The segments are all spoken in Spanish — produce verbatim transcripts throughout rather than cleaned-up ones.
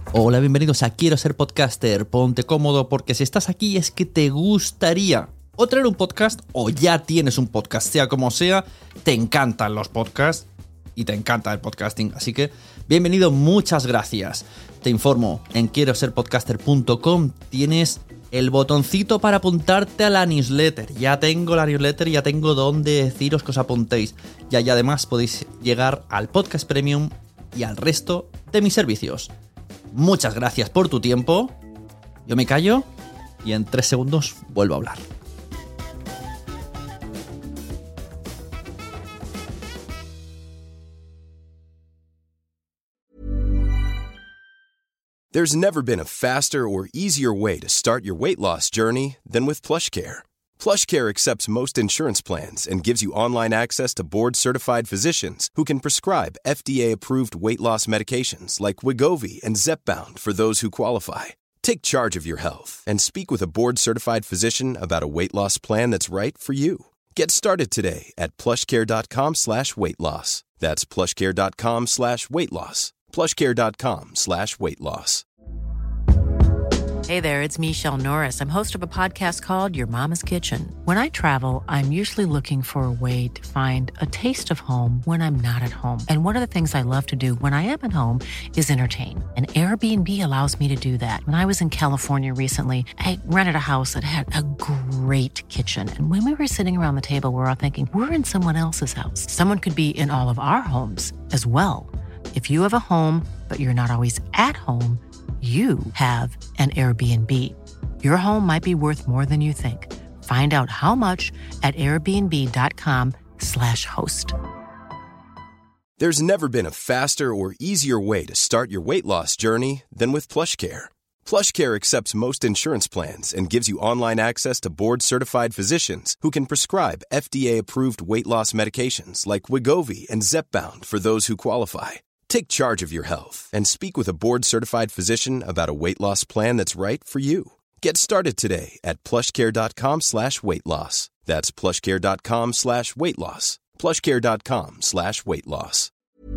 Hola, bienvenidos a Quiero Ser Podcaster. Ponte cómodo porque si estás aquí es que te gustaría o traer un podcast o ya tienes un podcast, sea como sea, te encantan los podcasts y te encanta el podcasting. Así que bienvenido, muchas gracias. Te informo, en quiero ser podcaster punto com tienes el botoncito para apuntarte a la newsletter. Ya tengo la newsletter, ya tengo donde deciros que os apuntéis. Ya y además podéis llegar al podcast premium y al resto de mis servicios. Muchas gracias por tu tiempo. Yo me callo y en tres segundos vuelvo a hablar. There's never been a faster or easier way to start your weight loss journey than with PlushCare. PlushCare accepts most insurance plans and gives you online access to board-certified physicians who can prescribe F D A-approved weight loss medications like Wegovy and Zepbound for those who qualify. Take charge of your health and speak with a board-certified physician about a weight loss plan that's right for you. Get started today at plushcare.com slash weight loss. That's plushcare.com slash weight loss. plushcare.com slash weight loss. Hey there, it's Michelle Norris. I'm host of a podcast called Your Mama's Kitchen. When I travel, I'm usually looking for a way to find a taste of home when I'm not at home. And one of the things I love to do when I am at home is entertain. And Airbnb allows me to do that. When I was in California recently, I rented a house that had a great kitchen. And when we were sitting around the table, we were all thinking, we're in someone else's house. Someone could be in all of our homes as well. If you have a home, but you're not always at home, you have an Airbnb. Your home might be worth more than you think. Find out how much at airbnb.com slash host. There's never been a faster or easier way to start your weight loss journey than with PlushCare. PlushCare accepts most insurance plans and gives you online access to board-certified physicians who can prescribe F D A-approved weight loss medications like Wegovy and Zepbound for those who qualify. Take charge of your health and speak with a board-certified physician about a weight loss plan that's right for you. Get started today at plushcare.com slash weight loss. That's plushcare.com slash weight loss. plushcare.com slash weight loss.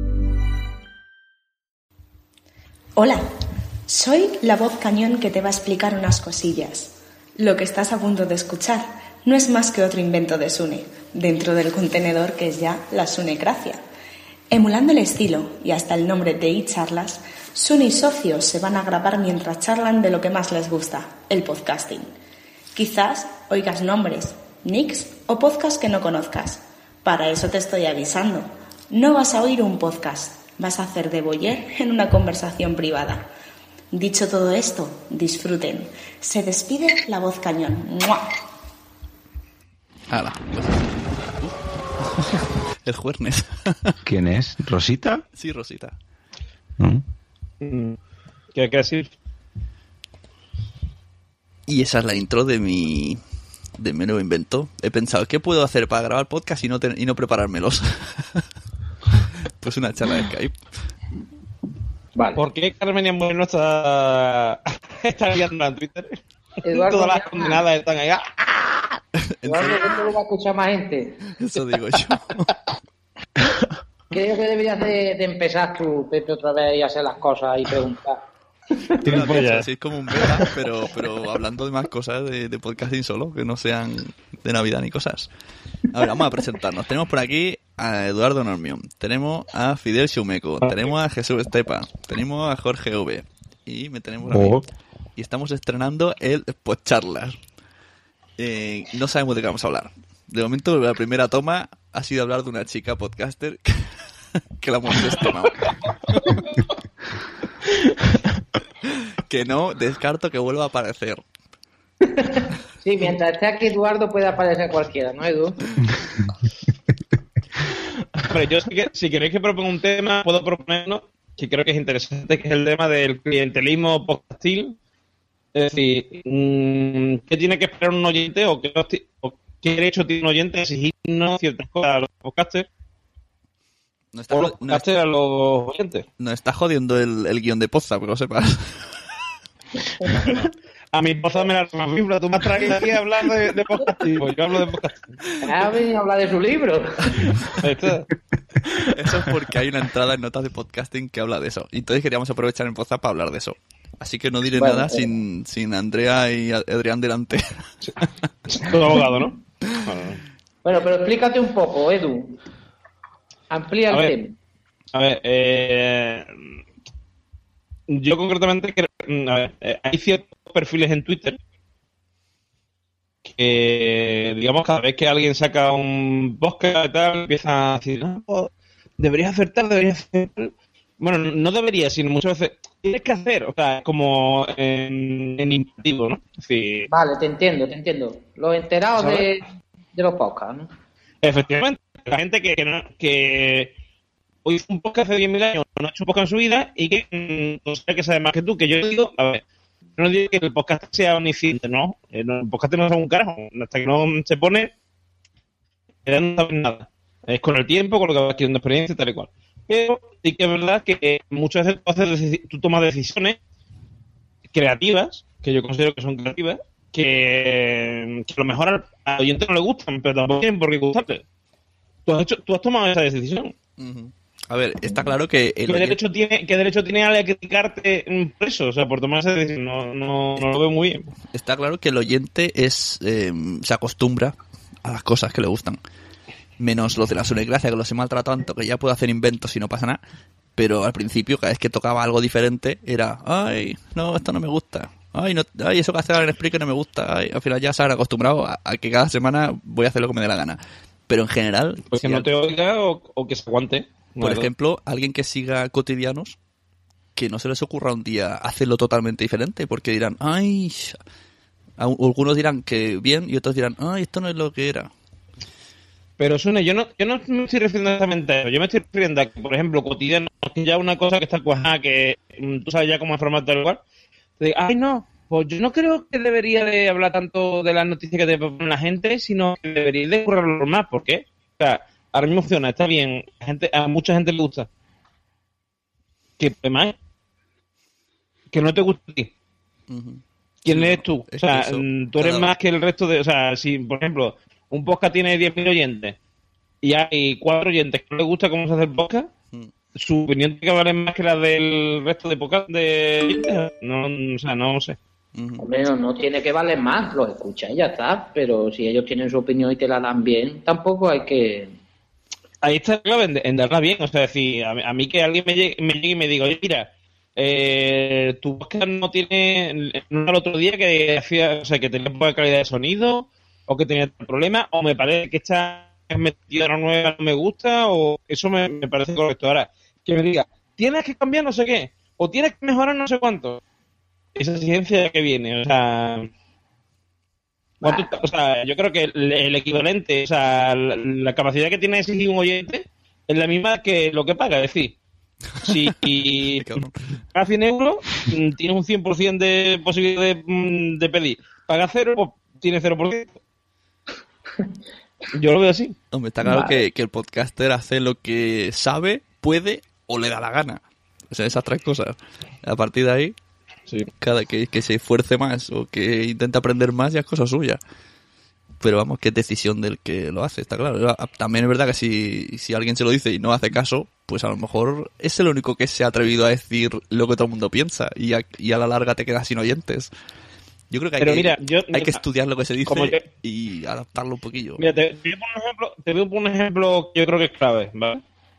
Hola, soy la voz cañón que te va a explicar unas cosillas. Lo que estás a punto de escuchar no es más que otro invento de Sune, dentro del contenedor que es ya la Sunecracia. Emulando el estilo y hasta el nombre de iCharlas, Sune y socios se van a grabar mientras charlan de lo que más les gusta, el podcasting. Quizás oigas nombres, nicks o podcasts que no conozcas. Para eso te estoy avisando. No vas a oír un podcast, vas a hacer de voyeur en una conversación privada. Dicho todo esto, disfruten. Se despide la voz cañón. ¡Mua! Hala, pues el Juernes. ¿Quién es? ¿Rosita? Sí, Rosita. ¿Mm? ¿Qué hay que decir? Y esa es la intro de mi de mi nuevo invento. He pensado, ¿qué puedo hacer para grabar podcast y no, ten, y no preparármelos? Pues una charla de Skype. Vale. ¿Por qué Carmen Moreno está, está liando en Twitter? Eduardo, todas las condenadas están ahí. Eduardo, ¿esto lo va a escuchar más gente? Eso digo yo. Creo que deberías de, de empezar tú, Pepe, otra vez y hacer las cosas y preguntar. Claro, de hecho, así es como un beta, pero, pero hablando de más cosas de, de podcasting solo, que no sean de Navidad ni cosas. A ver, vamos a presentarnos. Tenemos por aquí a Eduardo Normión, tenemos a Fidel Xumeco, tenemos a Jesús Estepa, tenemos a Jorge V y me tenemos a mí. Oh. Y estamos estrenando el Podcharlas. Eh, no sabemos de qué vamos a hablar. De momento, la primera toma ha sido hablar de una chica podcaster que, que la hemos desestimado. Que no descarto que vuelva a aparecer. Sí, mientras esté aquí Eduardo puede aparecer cualquiera, ¿no, Edu? Hombre, yo si, que, si queréis que proponga un tema, puedo proponerlo, que creo que es interesante, que es el tema del clientelismo podcastil. Es decir, ¿qué tiene que esperar un oyente o qué, o qué derecho tiene un oyente a exigirnos ciertas cosas a los podcasters? No está, o los no, podcasters a los oyentes. No está jodiendo el, el guión de Poza, porque lo sepas. A mi esposa me la fibra, tú me has traído aquí a hablar de, de podcasting, pues yo hablo de podcasting. Ha venido a hablar de su libro. Esto, Eso es porque hay una entrada en notas de podcasting que habla de eso. Y entonces queríamos aprovechar en Poza para hablar de eso. Así que no diré Bueno, nada eh. sin, sin Andrea y Adrián delante. todo abogado, ¿no? Bueno, pero explícate un poco, Edu. Amplía A el ver. tema. A ver, eh, yo concretamente, creo- a ver, eh, hay ciertos perfiles en Twitter que, digamos, cada vez que alguien saca un podcast y tal, empieza a decir, no, pues, deberías hacer tal, deberías hacer tal. Bueno, no debería, sino muchas veces tienes que hacer, o sea, como en, en imperativo, ¿no? Es decir, Vale, te entiendo, te entiendo. Los enterados ¿Sabes? de, de los podcasts, ¿no? efectivamente, la gente que, que, no- que hoy hizo un podcast hace diez mil años, no ha hecho un podcast en su vida y que mm, considera que sabe más que tú. Que yo digo, a ver, no digo que el podcast sea omnisciente, no. Eh, no, el podcast no es un carajo. Hasta que no se pone, eh, no sabe nada. Es con el tiempo, con lo que vas adquiriendo experiencia y tal y cual. Pero sí que es verdad que eh, muchas veces tú, haces deci- tú tomas decisiones creativas, que yo considero que son creativas, que, que a lo mejor al, al oyente no le gustan, pero tampoco tienen por qué gustarte. Tú has, hecho, tú has tomado esa decisión. Ujú. A ver, está claro que el ¿Qué oyente- derecho tiene, qué derecho tiene alguien a criticarte mm, por eso? O sea, por tomar esa decisión. No, no, no lo veo muy bien. está claro que el oyente es eh, se acostumbra a las cosas que le gustan. Menos los de la Sunecracia, que los he maltratado tanto que ya puedo hacer inventos y no pasa nada. Pero al principio, cada vez que tocaba algo diferente, era, ay, no, esto no me gusta. Ay, no, ay eso que hace ahora en Spreaker no me gusta. Ay, al final ya se han acostumbrado a, a que cada semana voy a hacer lo que me dé la gana. Pero en general, Pues que si no al- te oiga o, o que se aguante. por Bueno, ejemplo, alguien que siga cotidianos, que no se les ocurra un día hacerlo totalmente diferente, porque dirán, ay, a- algunos dirán que bien y otros dirán, ay, esto no es lo que era. Pero Sune, yo no, yo no me estoy refiriendo exactamente a eso. Yo me estoy refiriendo a que, por ejemplo, cotidiano, que ya una cosa que está cuajada, que mm, tú sabes ya cómo es formato del lugar. Te digo, ay, no, pues yo no creo que debería de hablar tanto de las noticias que te propone la gente, sino que debería de currarlo más. ¿Por qué? O sea, ahora mismo funciona, está bien, a, gente, a mucha gente le gusta. ¿Qué problema hay? Que no te gusta a ti. Ujú. ¿Quién Sí, eres tú? es O sea, que eso, mm, tú eres cada- más que el resto de... O sea, si, por ejemplo, un podcast tiene diez mil oyentes y hay cuatro oyentes que no les gusta cómo se hace el podcast, Mm. su opinión tiene que valer más que la del resto de podcast de oyentes. No, o sea, no sé. Ujú. Hombre, no, no tiene que valer más, los escuchas y ya está. Pero si ellos tienen su opinión y te la dan bien, tampoco hay que... Ahí está la clave en, en darla bien. O sea, decir, a, mí- a mí que alguien me llegue, me llegue y me diga, oye, mira, eh, tu podcast no tiene... No el otro día que hacía, o sea, que tenía poca calidad de sonido o que tenía problemas, o me parece que esta metida nueva no me gusta, o eso me, me parece correcto. Ahora, que me diga, tienes que cambiar no sé qué, o tienes que mejorar no sé cuánto. Esa exigencia que viene, o sea... ¿cuánto- o sea, yo creo que el, el equivalente, o sea, la, la capacidad que tiene de exigir un oyente es la misma que lo que paga. Es decir, si Qué cabrón. paga cien euros, mm, tienes un cien por ciento de posibilidad de, mm, de pedir. Paga cero, pues tiene cero por ciento. Yo lo veo así. Hombre, está claro Vale. que, que el podcaster hace lo que sabe, puede o le da la gana. O sea, esas tres cosas. A partir de ahí, Sí. cada que, que se esfuerce más o que intente aprender más ya es cosa suya. Pero vamos, que es decisión del que lo hace, está claro. También es verdad que si, si alguien se lo dice y no hace caso, pues a lo mejor es el único que se ha atrevido a decir lo que todo el mundo piensa y a, y a la larga te quedas sin oyentes. Yo creo que hay, Pero que, mira, yo- hay que estudiar lo que se dice como yo- y adaptarlo un poquillo. Mira, te, te voy a poner un ejemplo, te voy a poner un ejemplo que yo creo que es clave, ¿vale?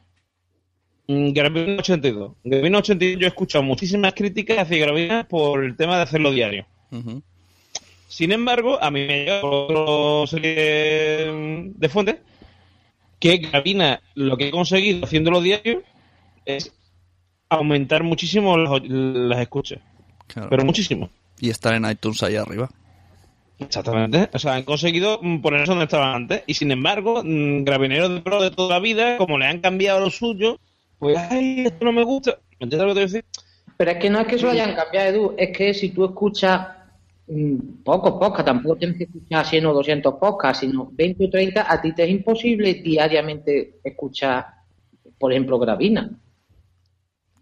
Mm, Gravina ochenta y dos. Gravina ochenta y dos yo he escuchado muchísimas críticas hacia Gravina por el tema de hacerlo diario. Ujú. Sin embargo, a mí me llega por otra serie de, de fuentes que Gravina lo que he conseguido haciéndolo diario es aumentar muchísimo las, las escuchas. Claro. Pero muchísimo. Y estar en iTunes ahí arriba. Exactamente. O sea, han conseguido mm, ponerse donde estaban antes. Y sin embargo, mm, Gravineros de Pro de toda la vida, como le han cambiado lo suyo, pues, ay, esto no me gusta. ¿Me entiendes lo que te voy a decir? Pero es que no es que eso lo hayan cambiado, Edu, es que si tú escuchas mm, pocos podcasts, tampoco tienes que escuchar cien o doscientos podcasts, sino veinte o treinta, a ti te es imposible diariamente escuchar, por ejemplo, Gravina. Claro.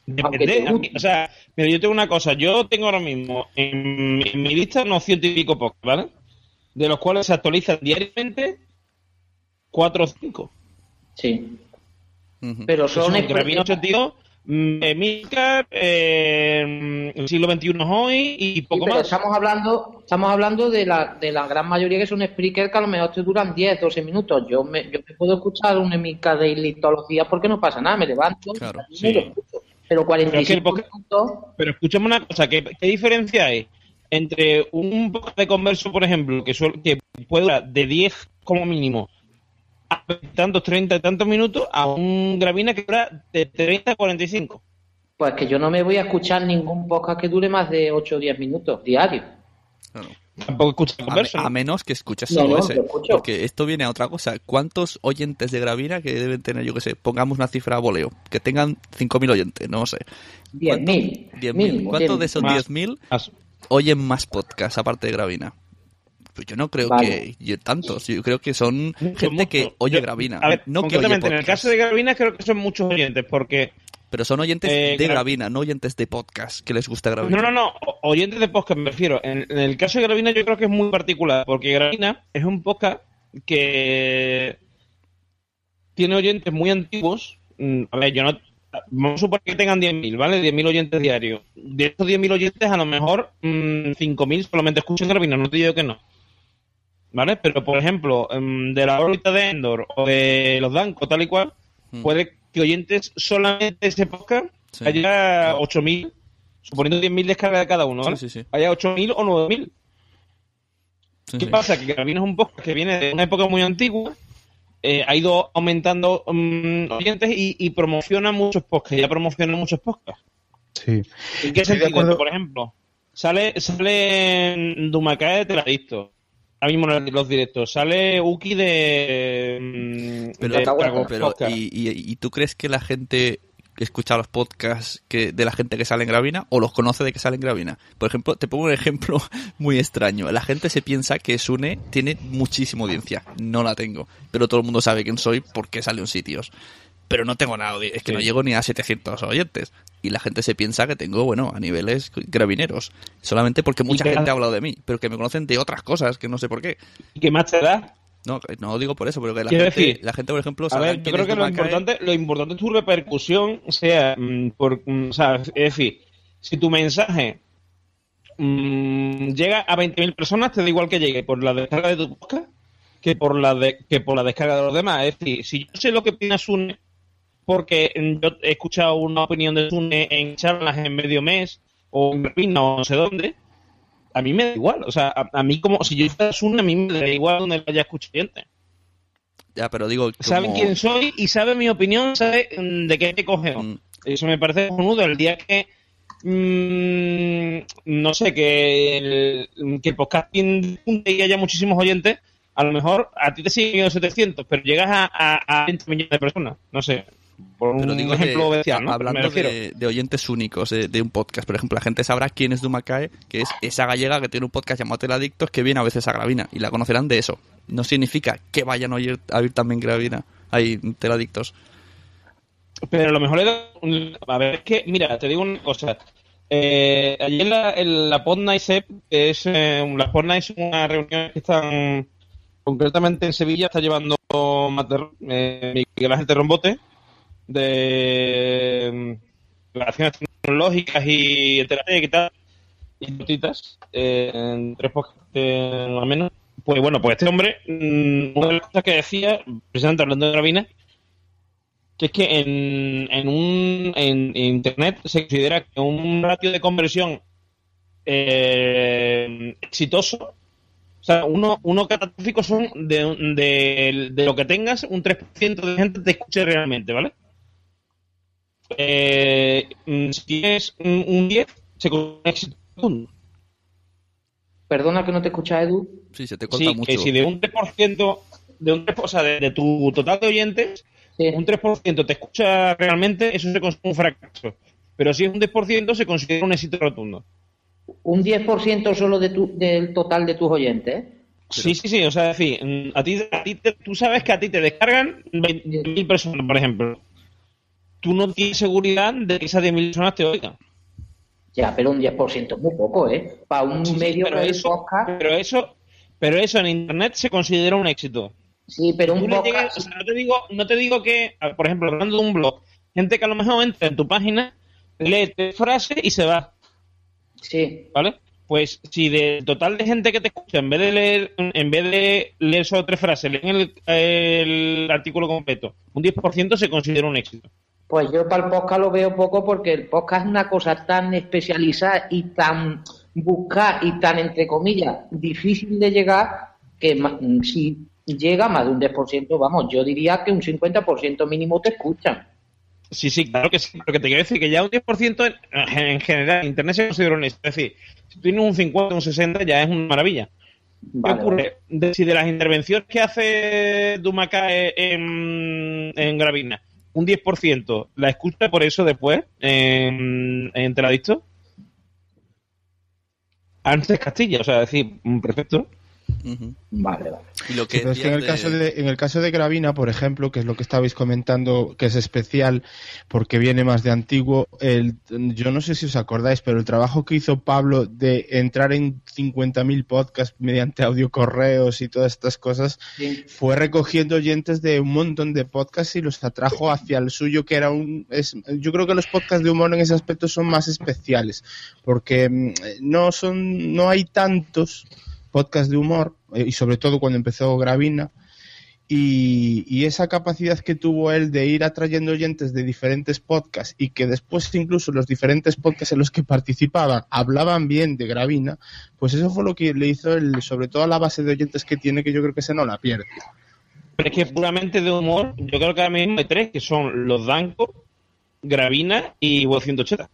Depende, aquí, o sea, mira, yo tengo una cosa, yo tengo ahora mismo en, en mi lista unos ciento y pico podcasts, ¿vale? De los cuales se actualizan diariamente cuatro o cinco. Sí. Uh-huh. Pero son... En Gravina sentido, Emilcar, eh, el siglo veintiuno hoy y poco sí, pero más. Estamos hablando, estamos hablando de la, de la gran mayoría que son Spreaker que a lo mejor te duran diez, doce minutos. Yo me, yo me puedo escuchar un Emilcar Daily todos los días porque no pasa nada, me levanto, claro, y sí. lo escucho. Pero cuarenta y cinco pero, es que minutos... pero escúchame una cosa, ¿qué, qué diferencia hay entre un podcast de converso, por ejemplo, que, suele, que puede durar de diez como mínimo a tantos, treinta y tantos minutos, a un Gravina que dura de treinta a cuarenta y cinco? Pues que yo no me voy a escuchar ningún podcast que dure más de ocho o diez minutos diarios. Claro. Tampoco escuchas A, converso, me- ¿no? a menos que escuches No, solo no, ese. lo escucho. Porque esto viene a otra cosa. ¿Cuántos oyentes de Gravina que deben tener, yo que sé, pongamos una cifra a voleo? Que tengan cinco mil oyentes, no sé. diez mil. diez mil. ¿Cuántos de esos Más. diez mil Más. oyen más podcasts aparte de Gravina? Pues yo no creo Vale. que yo, tantos. Yo creo que son Mucho, gente que mucho. oye Yo- Gravina. A ver, no que oye concretamente, en el podcast. caso de Gravina creo que son muchos oyentes, porque... Pero son oyentes Eh, de Gra- Gravina, no oyentes de podcast que les gusta Gravina. No, no, no, o- oyentes de podcast me refiero. En, en el caso de Gravina yo creo que es muy particular, porque Gravina es un podcast que tiene oyentes muy antiguos. Mm, A ver, yo no... Vamos a suponer que tengan diez mil, ¿vale? diez mil oyentes diarios. De estos diez mil oyentes, a lo mejor mm, cinco mil solamente escuchan Gravina, no te digo que no. ¿Vale? Pero, por ejemplo, mm, de la órbita de Endor o de los Danco, tal y cual, Mm. puede que oyentes solamente de ese podcast Sí. haya ocho mil, suponiendo diez mil descargas de cada uno, ¿vale? Sí, sí, sí. Haya ocho mil o nueve mil. Sí, ¿Qué sí. pasa? Que Gravina es un podcast que viene de una época muy antigua, eh, ha ido aumentando mm, oyentes y, y promociona muchos podcasts, ya promociona muchos podcasts. Sí. ¿En qué Estoy de sentido? acuerdo. Que, por ejemplo, sale, sale Dumacae de Teladicto, ahora mismo en los directos, sale Uki de... mm, Pero, de Cacahueta. pero Podcast. ¿y, y, y tú crees que la gente que escucha los podcasts que de la gente que sale en Gravina o los conoce de que sale en Gravina? Por ejemplo, te pongo un ejemplo muy extraño. La gente se piensa que Sune tiene muchísima audiencia. No la tengo. Pero todo el mundo sabe quién soy porque sale en sitios. Pero no tengo nada, es que Sí. no llego ni a setecientos oyentes. Y la gente se piensa que tengo, bueno, a niveles gravineros. Solamente porque mucha que- gente ha hablado de mí, pero que me conocen de otras cosas que no sé por qué. ¿Y qué más te da? No, no digo por eso, pero que la Quiero gente, decir, la gente, por ejemplo, A sabrá ver, yo quién creo es que lo Dumacae. importante, lo importante es tu repercusión, sea, mm, por, mm, o sea, es decir, si tu mensaje mm, llega a veinte mil personas, te da igual que llegue por la descarga de tu podcast que por la de, que por la descarga de los demás. Es decir, si yo sé lo que opina Sune, porque mm, yo he escuchado una opinión de Sune en charlas en Medio Mes o en Gravina o no sé dónde, a mí me da igual. O sea, a, a mí como, si yo fuera Sune, a mí me da igual donde lo haya escuchado gente. Ya, pero digo, como... Saben quién soy y sabe mi opinión, sabe mm, de qué te coge. Mm. Eso me parece cojonudo. El día que mm, no sé, que el, que el podcasting punte y haya muchísimos oyentes, a lo mejor a ti te siguen setecientos, pero llegas a, a, a veinte millones de personas. No sé, por Pero un digo ejemplo de- bestial, ¿no? Me hablando refiero. de, de oyentes únicos de, de un podcast, por ejemplo, la gente sabrá quién es Dumacae, que es esa gallega que tiene un podcast llamado Teladictos que viene a veces a Gravina y la conocerán de eso. No significa que vayan a oír, a oír también Gravina, hay Teladictos. Pero a lo mejor era un- a ver, es que, mira, te digo una cosa. Eh, ayer en la, en la Pod Night Sep, que es eh, la Pod Night es una reunión que están concretamente en Sevilla, está llevando Mater, eh, Miguel Ángel Terrombote, de mm, relaciones tecnológicas y etcétera y tal, y notitas, eh, en tres podcasts eh, más o menos. Pues bueno, pues este hombre, mm, una de las cosas que decía, precisamente hablando de Gravina, que es que en, en un en, en internet se considera que un ratio de conversión eh, exitoso, o sea, uno, uno catastrófico son de, de, de lo que tengas, un tres por ciento de gente te escuche realmente, ¿vale? Eh, mm, si tienes un, un diez, se considera un éxito rotundo. Perdona que no te escucha, Edu. Sí, se te corta Sí, mucho. que si de un tres por ciento, de un tres por ciento, o sea, de, de tu total de oyentes, Sí. un tres por ciento te escucha realmente, eso se considera un fracaso. Pero si es un diez por ciento, se considera un éxito rotundo. Un diez por ciento solo de tu, del total de tus oyentes. Sí, sí, sí. O sea, es decir, mm, a ti, a ti te- tú sabes que a ti te descargan veinte mil personas, por ejemplo. tú no tienes seguridad de que esas diez mil personas te oigan. Ya, pero un diez por ciento es muy poco, ¿eh? Para un Sí, medio pero de eso, podcast. pero eso, pero eso en internet se considera un éxito. Sí, pero Tú un le podcast. llegas- o sea, no te digo, no te digo que, por ejemplo, hablando de un blog, gente que a lo mejor entra en tu página, lee tres frases y se va, Sí, ¿vale? Pues si del total de gente que te escucha, en vez de leer, en vez de leer solo tres frases, leen el, el artículo completo, un diez por ciento se considera un éxito. pues yo para el podcast lo veo poco porque el podcast es una cosa tan especializada y tan buscada y tan, entre comillas, difícil de llegar que ma- si llega más de un diez por ciento, vamos, yo diría que un cincuenta por ciento mínimo te escuchan. Sí, sí, claro que sí, pero que te quiero decir que ya un diez por ciento en, en general, Internet se considera un éxito. Es decir, si tú tienes un cincuenta, un sesenta, ya es una maravilla. ¿Qué Vale, ocurre? De, si de las intervenciones que hace Dumaca en, en Gravina, un diez por ciento la escucha por eso después en, en Teladicto, antes Castilla, o sea, es decir, perfecto. Ujú. vale, vale. Y lo que Sí, pero es que en el decías caso de- de en el caso de Gravina, por ejemplo, que es lo que estabais comentando, que es especial porque viene más de antiguo, el, yo no sé si os acordáis, pero el trabajo que hizo Pablo de entrar en cincuenta mil podcasts mediante audio correos y todas estas cosas, Sí. fue recogiendo oyentes de un montón de podcasts y los atrajo hacia el suyo, que era un... Es, yo creo que los podcasts de humor en ese aspecto son más especiales, porque mm, no son no hay tantos podcast de humor, eh, y sobre todo cuando empezó Gravina, y, y esa capacidad que tuvo él de ir atrayendo oyentes de diferentes podcasts y que después incluso los diferentes podcasts en los que participaban hablaban bien de Gravina, pues eso fue lo que le hizo, el, sobre todo a la base de oyentes que tiene, que yo creo que se no la pierde. Pero es que puramente de humor, yo creo que ahora mismo hay tres, que son Los Danco, Gravina y Voz ciento ochenta.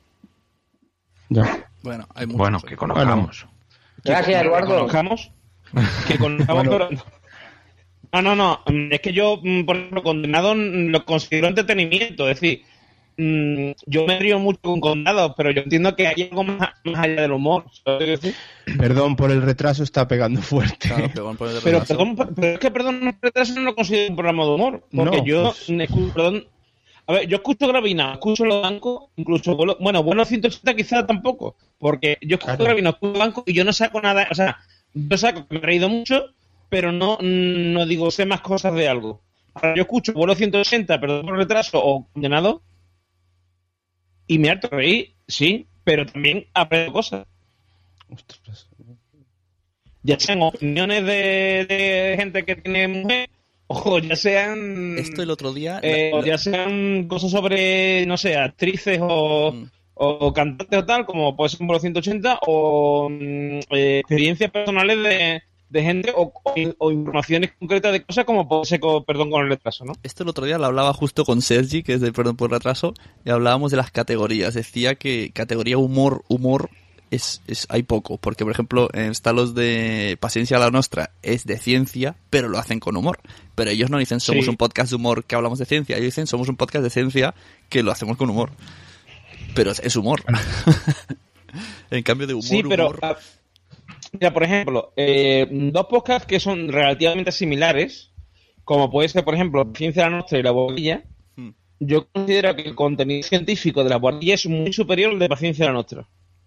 Ya. Bueno, hay muchos. Bueno, que conozcamos. Gracias, Que Eduardo. conozcamos. Que conozcamos, Bueno. pero... No, no, no. Es que yo, mm, por ejemplo, Condenado mm, lo considero entretenimiento. Es decir, mm, yo me río mucho con Condenados, pero yo entiendo que hay algo más, más allá del humor. ¿Sabes qué quiero decir? Perdón por el retraso, está pegando fuerte. Claro, pegón por el Pero, retraso. perdón, pero es que, perdón, no retraso no lo considero un programa de humor. Porque No, yo pues- escucho, perdón, a ver, yo escucho Gravina, escucho Los Banco, incluso, vuelo- bueno, bueno, ciento ochenta quizá tampoco. Porque yo escucho Claro. Gravina, escucho Banco y yo no saco nada, o sea, yo saco que me he reído mucho, pero no, no digo, sé más cosas de algo. Ahora, yo escucho Vuelo ciento ochenta, perdón por retraso, o Condenado, y me harto de reír, sí, pero también aprendo cosas. Ostras. Ya sean opiniones de, de gente que tiene mujer, o ya sean... Esto el otro día... eh, la- o ya sean cosas sobre, no sé, actrices o, Mm. o cantantes o tal, como puede ser por los ciento ochenta, o mm, eh, experiencias personales de, de gente, o, o, o informaciones concretas de cosas, como puede ser, con, perdón, con el retraso, ¿no? Esto el otro día lo hablaba justo con Sergi, que es de Perdón por Retraso, y hablábamos de las categorías. Decía que categoría humor, humor, es, es hay poco. Porque, por ejemplo, en está los de Paciencia a la Nostra, es de ciencia, pero lo hacen con humor. Pero ellos no dicen somos Sí. un podcast de humor que hablamos de ciencia. Ellos dicen somos un podcast de ciencia que lo hacemos con humor. Pero es, es humor. En cambio de humor, Sí, pero, humor... ah, mira, por ejemplo, eh, dos podcasts que son relativamente similares, como puede ser, por ejemplo, Ciencia de la Nostra y La Boquilla, Hmm. yo considero que el contenido científico de La Boquilla es muy superior al de Paciencia de la Nostra.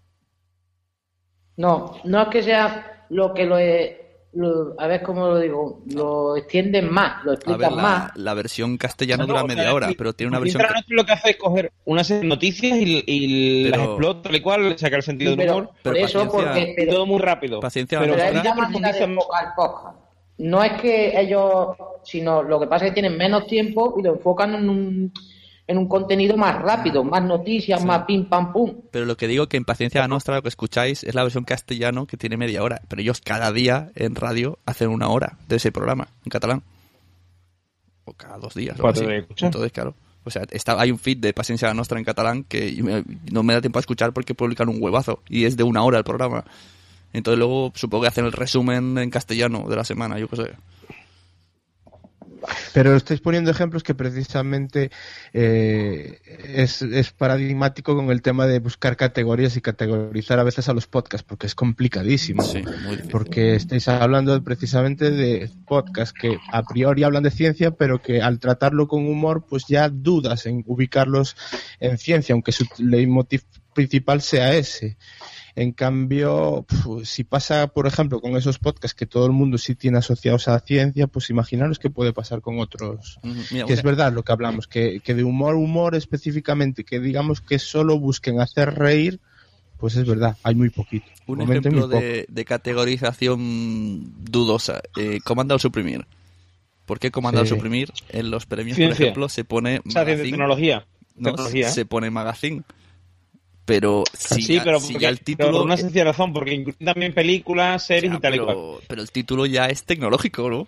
No, no es que sea lo que lo, he- lo- a ver cómo lo digo, lo extienden más, lo A explican ver, la, más. la versión castellana No, dura o sea, media hora, sí, pero tiene una Paciencia versión... de la Nostra lo que hace es coger una serie de noticias y, y Pero- las explota tal y cual, sacar el sentido Sí, del pero humor. por pero eso, paciencia- porque Y pero, todo muy rápido. Paciencia pero pero Nostra- es la Paciencia manera de profundiza- enfocar el podcast. No es que ellos, sino lo que pasa es que tienen menos tiempo y lo enfocan en un, en un contenido más rápido, más noticias, Sí. más pim pam pum. Pero lo que digo que en Paciencia Nostra lo que escucháis es la versión castellano que tiene media hora. Pero ellos cada día en radio hacen una hora de ese programa en catalán. O cada dos días. O Para algo así. poder escuchar. Entonces, claro. O sea, está, hay un feed de Paciencia Nostra en catalán que me- no me da tiempo a escuchar porque publican un huevazo. Y es de una hora el programa. Entonces luego supongo que hacen el resumen en castellano de la semana, yo qué sé. Pero estáis poniendo ejemplos que precisamente eh, es, es paradigmático con el tema de buscar categorías y categorizar a veces a los podcasts, porque es complicadísimo. Sí, muy difícil. Porque estáis hablando precisamente de podcasts que a priori hablan de ciencia, pero que al tratarlo con humor, pues ya dudas en ubicarlos en ciencia, aunque su leitmotiv principal sea ese. En cambio, pf, si pasa, por ejemplo, con esos podcasts que todo el mundo sí tiene asociados a la ciencia, pues imaginaros qué puede pasar con otros. Ujú, mira, Que un- es verdad lo que hablamos, que, que de humor, humor específicamente, que digamos que solo busquen hacer reír, pues es verdad, hay muy poquito. Un De momento hay ejemplo muy poco. de, de categorización dudosa. Eh, comando al suprimir. ¿Por qué comando al Sí. suprimir? En los premios, Ciencia. por ejemplo, se pone O sea, de magazine. tecnología. No, Tecnología. se pone magazine. Pero si, sí, ya, pero, si porque- ya el pero título... por una sencilla razón, porque incluye también películas, series Ya, y tal y cual. pero, pero el título ya es tecnológico, ¿no?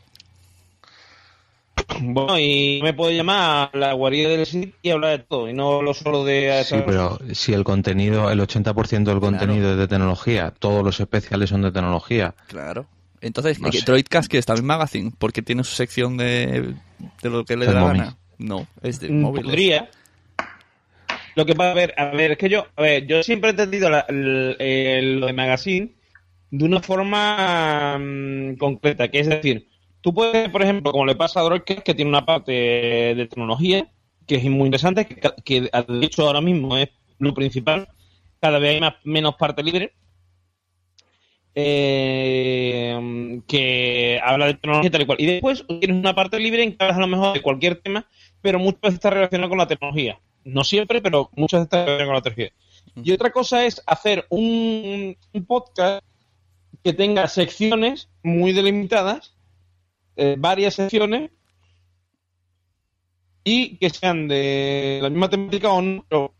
Bueno, y me puedo llamar a la guarida del sitio y hablar de todo, y no lo solo de... Sí, pero si el contenido, el ochenta por ciento del contenido es de tecnología, todos los especiales son de tecnología. Claro. Entonces, No ¿qué- sé. Droidcast, que es también magazine, porque tiene su sección de, de lo que le Es dé la móvil. gana. No, es de Mm, móviles. Podría. Lo que va a ver, a ver, es que yo, a ver, yo siempre he entendido la- el- el- lo de magazine de una forma mm, concreta, que es decir, tú puedes, por ejemplo, como le pasa a Droidcast, que tiene una parte de tecnología, que es muy interesante, que, que de hecho ahora mismo es lo principal, cada vez hay más, menos parte libre, eh, que habla de tecnología y tal y cual. Y después tienes una parte libre en que hablas a lo mejor de cualquier tema, pero muchas veces está relacionado con la tecnología. No siempre, pero muchas veces está relacionado con la tecnología. Y otra cosa es hacer un, un podcast que tenga secciones muy delimitadas, eh, varias secciones, y que sean de la misma temática o no, pero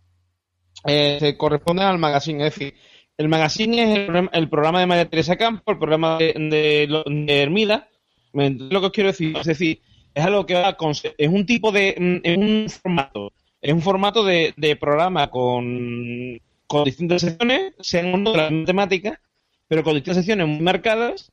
eh, se corresponden al magazine. Es decir, el magazine es el, programa- el programa de María Teresa Campo, el programa de, de, de Hermida. ¿Me entendéis lo que os quiero decir? Es decir, es algo que va con, es un tipo de, mm, es un formato, es un formato de, de programa con, con distintas secciones, sean uno de la misma temática, pero con distintas secciones muy marcadas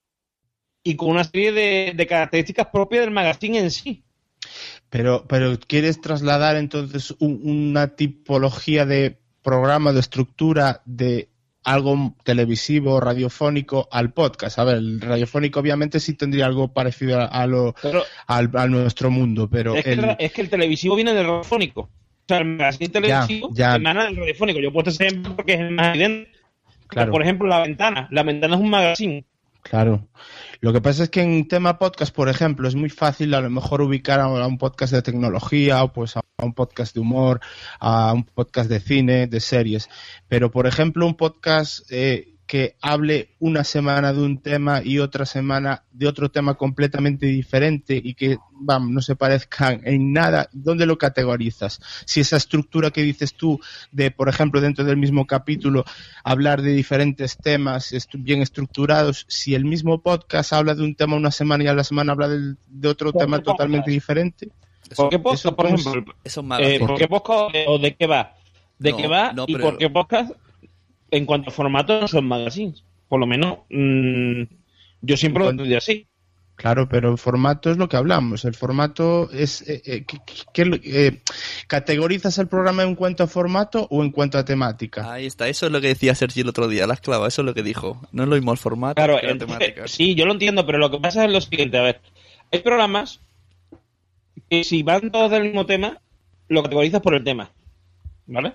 y con una serie de, de características propias del magazine en sí. Pero, pero ¿quieres trasladar entonces un- una tipología de programa, de estructura, de algo televisivo, radiofónico al podcast? A ver, el radiofónico obviamente sí tendría algo parecido a, a lo, Pero al, a nuestro mundo, pero es, que el, el, es que el televisivo viene del radiofónico. O sea, el magazine televisivo ya. emana del radiofónico. Yo he puesto ese ejemplo porque es el más evidente. Claro. Por ejemplo, La Ventana. La Ventana es un magazine. Claro. Lo que pasa es que en tema podcast, por ejemplo, es muy fácil a lo mejor ubicar a un podcast de tecnología o pues a un podcast de humor, a un podcast de cine, de series. Pero, por ejemplo, un podcast eh, que hable una semana de un tema y otra semana de otro tema completamente diferente y que, vamos, no se parezcan en nada, ¿dónde lo categorizas? Si esa estructura que dices tú de, por ejemplo, dentro del mismo capítulo, hablar de diferentes temas estu- bien estructurados, si el mismo podcast habla de un tema una semana y a la semana habla del- de otro ¿Por tema qué totalmente podcast? diferente. Eso, ¿Por qué podcast, eso por como ejemplo? eso es Eh, magazine. ¿Por qué podcast o de qué va? ¿De No, qué va? no, y pero- por qué podcast, en cuanto a formato, no son magazines. Por lo menos, mmm, yo siempre lo Cuando- entendí así. Claro, pero el formato es lo que hablamos. El formato es... Eh, eh, ¿qué- qué- eh, ¿Categorizas el programa en cuanto a formato o en cuanto a temática? Ahí está, eso es lo que decía Sergi el otro día, la esclava, eso es lo que dijo. No es lo mismo el formato Claro, que la entonces, temática. sí, yo lo entiendo, pero lo que pasa es lo siguiente. A ver, hay programas que si van todos del mismo tema, lo categorizas por el tema. ¿Vale?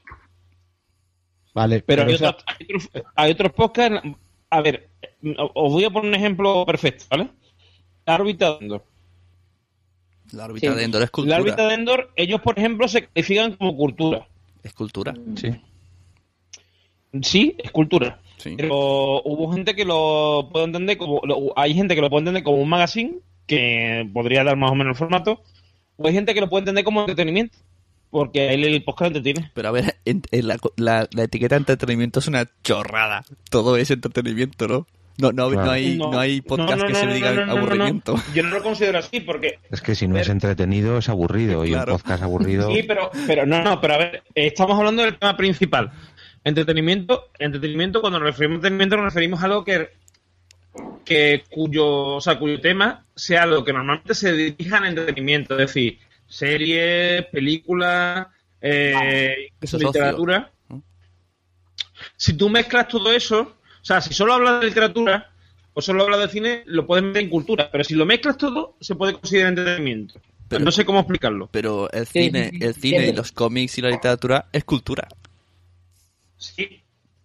Vale, Pero hay, o sea, otros, hay, otros, hay otros podcasts. A ver, os voy a poner un ejemplo perfecto, ¿vale? La órbita de Endor. La órbita Sí. de Endor es La cultura. órbita de Endor, ellos, por ejemplo, se califican como cultura. Es cultura, Sí. Sí, es cultura. sí. Pero hubo gente que lo puede entender como. Lo, hay gente que lo puede entender como un magazine, que podría dar más o menos el formato. O hay gente que lo puede entender como entretenimiento. Porque ahí el podcast entretiene. Pero a ver, en- en la, la- la etiqueta de entretenimiento es una chorrada. Todo es entretenimiento, ¿no? No, no, Claro. no hay, no, hay podcast no, no, que no, se no, diga no, no, no, no. aburrimiento. Yo no lo considero así porque. Es que si no es entretenido es aburrido y Claro. un podcast aburrido... Sí, pero, pero no, no, pero a ver, estamos hablando del tema principal. Entretenimiento, entretenimiento, cuando nos referimos a entretenimiento nos referimos a algo que que cuyo, o sea, cuyo tema sea lo que normalmente se dirija al entretenimiento, es decir, series, películas, eh, literatura. Si tú mezclas todo eso, o sea, si solo hablas de literatura o solo hablas de cine, lo puedes meter en cultura, pero si lo mezclas todo, se puede considerar entretenimiento. Pero, no sé cómo explicarlo. Pero el cine, el cine y los cómics y la literatura es cultura. Sí.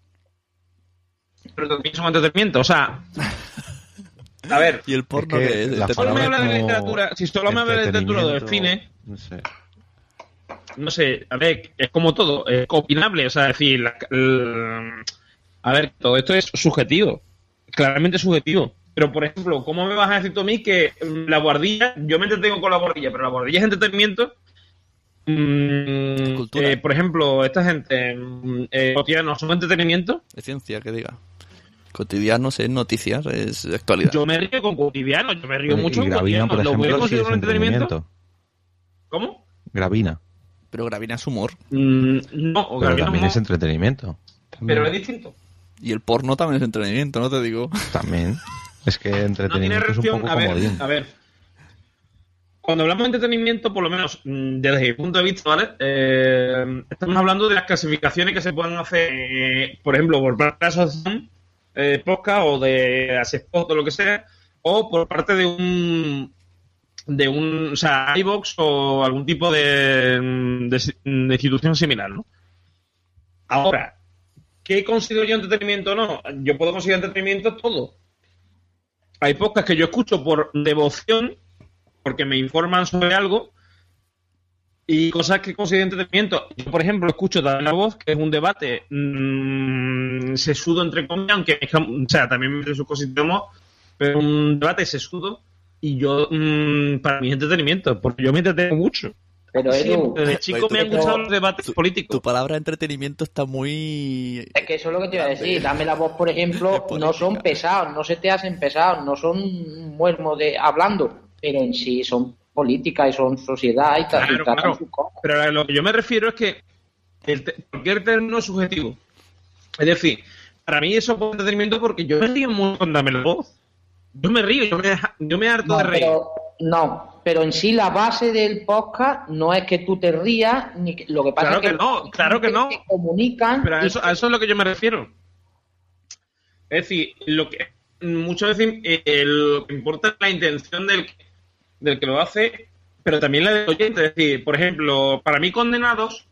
Pero también son entretenimiento, o sea... A ver... Y el porno es que, que es, la si solo me habla de como literatura, si solo me habla de literatura o del cine... No sé. No sé, a ver, es como todo, es opinable, o sea, es decir, la, la, a ver, todo esto es subjetivo, claramente subjetivo. Pero, por ejemplo, ¿cómo me vas a decir tú a mí que la guardilla, yo me entretengo con la guardilla, pero la guardilla es entretenimiento? Mmm, eh, por ejemplo, esta gente, eh, cotidianos, ¿son entretenimiento? Es ciencia, que diga. Cotidianos es noticias, es actualidad. Yo me río con cotidianos, yo me río y mucho con Gravina, cotidianos. por ¿Lo voy a ejemplo, sí considerar es un entretenimiento? entretenimiento. ¿Cómo? Gravina. Pero Gravina es humor. Mm, no, o Pero Gravina también no, es entretenimiento. También. pero es distinto. Y el porno también es entretenimiento, no te digo. También. Es que No tiene entretenimiento es un relación, poco a ver, comodín. a ver. Cuando hablamos de entretenimiento, por lo menos mm, desde mi punto de vista, ¿vale? Eh, estamos hablando de las clasificaciones que se pueden hacer, eh, por ejemplo, por parte de la asociación eh, podcast o de Asespot o lo que sea, o por parte de un de un, o sea, iVoox o algún tipo de, de, de institución similar, ¿no? Ahora, ¿qué considero yo entretenimiento o no? Yo puedo considerar entretenimiento todo. Hay podcasts que yo escucho por devoción, porque me informan sobre algo, y cosas que considero entretenimiento. Yo, por ejemplo, escucho también La Voz, que es un debate mmm, sesudo, entre comillas, aunque, o sea, también me mete sus cositas de humor, pero un debate sesudo, y yo, mmm, para mí es entretenimiento, porque yo me entretengo mucho. Pero Edu, desde chico me han pero- gustado los debates Tu, políticos. tu palabra entretenimiento está muy... es que eso es lo que te iba a decir. Dame la voz, por ejemplo, De política. no son pesados, no se te hacen pesados, no son muermos de hablando, pero en sí son política y son sociedad y tal. Claro, y tratan claro. sus cosas. Pero a lo que yo me refiero es que el te- cualquier término es subjetivo. Es decir, para mí eso es entretenimiento porque yo me río mucho con Dame la Voz. Yo me río, yo me, yo me harto No, de reír. pero, no, pero en sí la base del podcast no es que tú te rías, ni que- lo que pasa Claro es que, que no, claro que no. comunican. Pero a y- eso, a eso es lo que yo me refiero. Es decir, lo que muchas veces eh, lo que importa es la intención del, del que lo hace, pero también la del oyente. Es decir, por ejemplo, para mí Condenados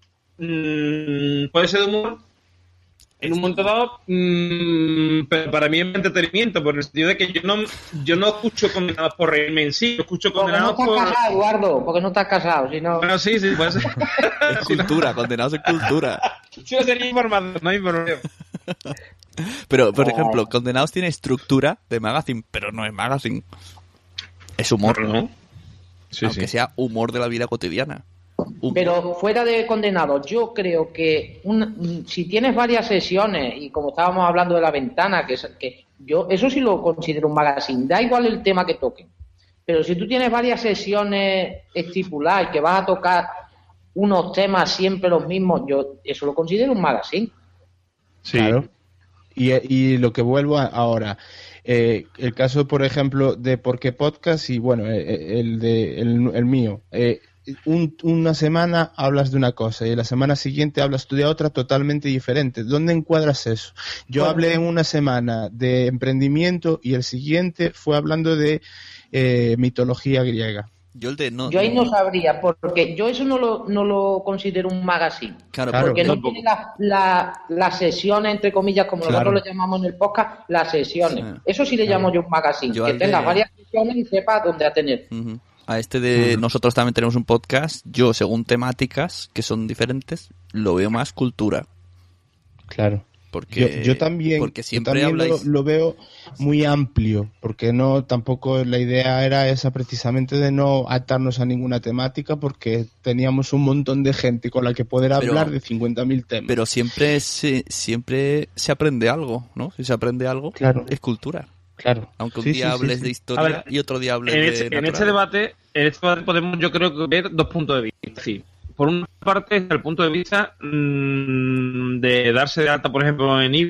mmm, puede ser de humor en un momento dado, mmm, pero para mí es entretenimiento, por el sentido de que yo no, yo no escucho Condenados por reírme en sí, yo escucho Porque no Condenados estás por... casado, Eduardo, porque no estás casado, si no... Bueno, sí, sí, puede ser. Es cultura, condenados en cultura. Si no sería información, no hay problema. Pero, por Oh. ejemplo, Condenados tiene estructura de magazine, pero no es magazine. Es humor, ¿No? Sí, aunque sí. sea humor de la vida cotidiana. Humor. Pero fuera de Condenados, yo creo que un- si tienes varias sesiones, y como estábamos hablando de La Ventana, que, es- que yo eso sí lo considero un magazine, da igual el tema que toquen. Pero si tú tienes varias sesiones estipuladas y que vas a tocar unos temas siempre los mismos, yo eso lo considero un magazine. Sí. Claro. Y, y lo que vuelvo a- ahora, eh, el caso, por ejemplo, de Por qué Podcast y, bueno, eh, el, de, el, el mío. Eh, un- una semana hablas de una cosa y la semana siguiente hablas tú de otra totalmente diferente. ¿Dónde encuadras eso? Yo Bueno. hablé en una semana de emprendimiento y el siguiente fue hablando de eh, mitología griega. Yo el de no... Yo ahí no sabría, porque yo eso no lo, no lo considero un magazine. Claro, Claro. Porque no tampoco. tiene la- la- las sesiones, entre comillas, como Claro. nosotros lo llamamos en el podcast, las sesiones. Sí. Eso sí le llamo yo un magazine, Yo que al tenga de- varias sesiones y sepa dónde atender. Ujú. A este de nosotros también tenemos un podcast. Yo, según temáticas que son diferentes, lo veo más cultura. Claro. Porque, Yo, yo también, porque yo siempre también lo, habláis... lo veo muy amplio, porque no tampoco la idea era esa precisamente de no atarnos a ninguna temática, porque teníamos un montón de gente con la que poder Pero- hablar de cincuenta mil temas. Pero siempre se, siempre se aprende algo, ¿no? Si se aprende algo, Claro. es cultura. Claro. Aunque un Sí, día sí, sí, hables sí. de A historia ver, y otro día hables En de este, en naturales. este debate, en este debate podemos, yo creo que ver dos puntos de vista. Es decir, por una parte está el punto de vista mmm, de darse de alta, por ejemplo, en iVoox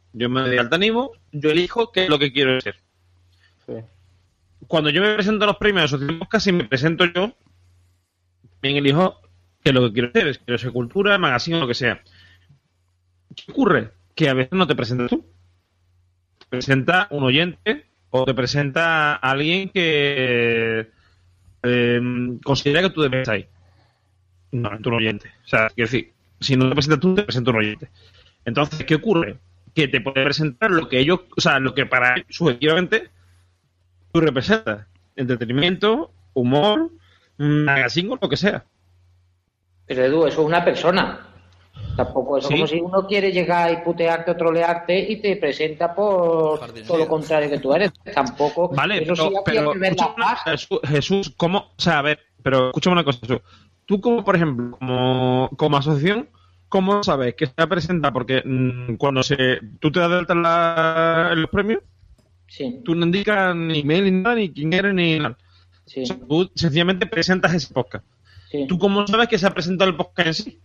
Yo me doy alta en iVoox, yo elijo qué es lo que quiero ser. Sí. Cuando yo me presento a los premios de Asociación Podcast, si me presento yo, también elijo qué es lo que quiero ser. Quiero ser cultura, magazine o lo que sea. ¿Qué ocurre? Que a veces no te presentas tú. Te presenta un oyente o te presenta alguien que eh, considera que tú debes estar ahí. No, es un oyente. O sea, quiero decir, si no te presentas tú, te presenta un oyente. Entonces, ¿qué ocurre? Que te puede presentar lo que ellos, o sea, lo que para ellos, subjetivamente, tú representas. Entretenimiento, humor, magazine o lo que sea. Pero Edu, eso es una persona. Tampoco es ¿Sí? como si uno quiere llegar y putearte o trolearte y te presenta por todo lo contrario que tú eres. Tampoco. Vale, eso pero, sí habría pero que ver la escúchame, base. Jesús, Jesús, ¿cómo? O sea, a ver, pero escúchame una cosa, Jesús. Tú, como por ejemplo, como, como asociación, ¿cómo sabes que se presenta? Porque mmm, cuando se tú te das de alta en, la, en los premios, Sí, tú no indicas ni email ni nada, ni quién eres, ni nada. sí, O sea, tú sencillamente presentas ese podcast. sí. ¿Tú cómo sabes que se ha presentado el podcast en sí?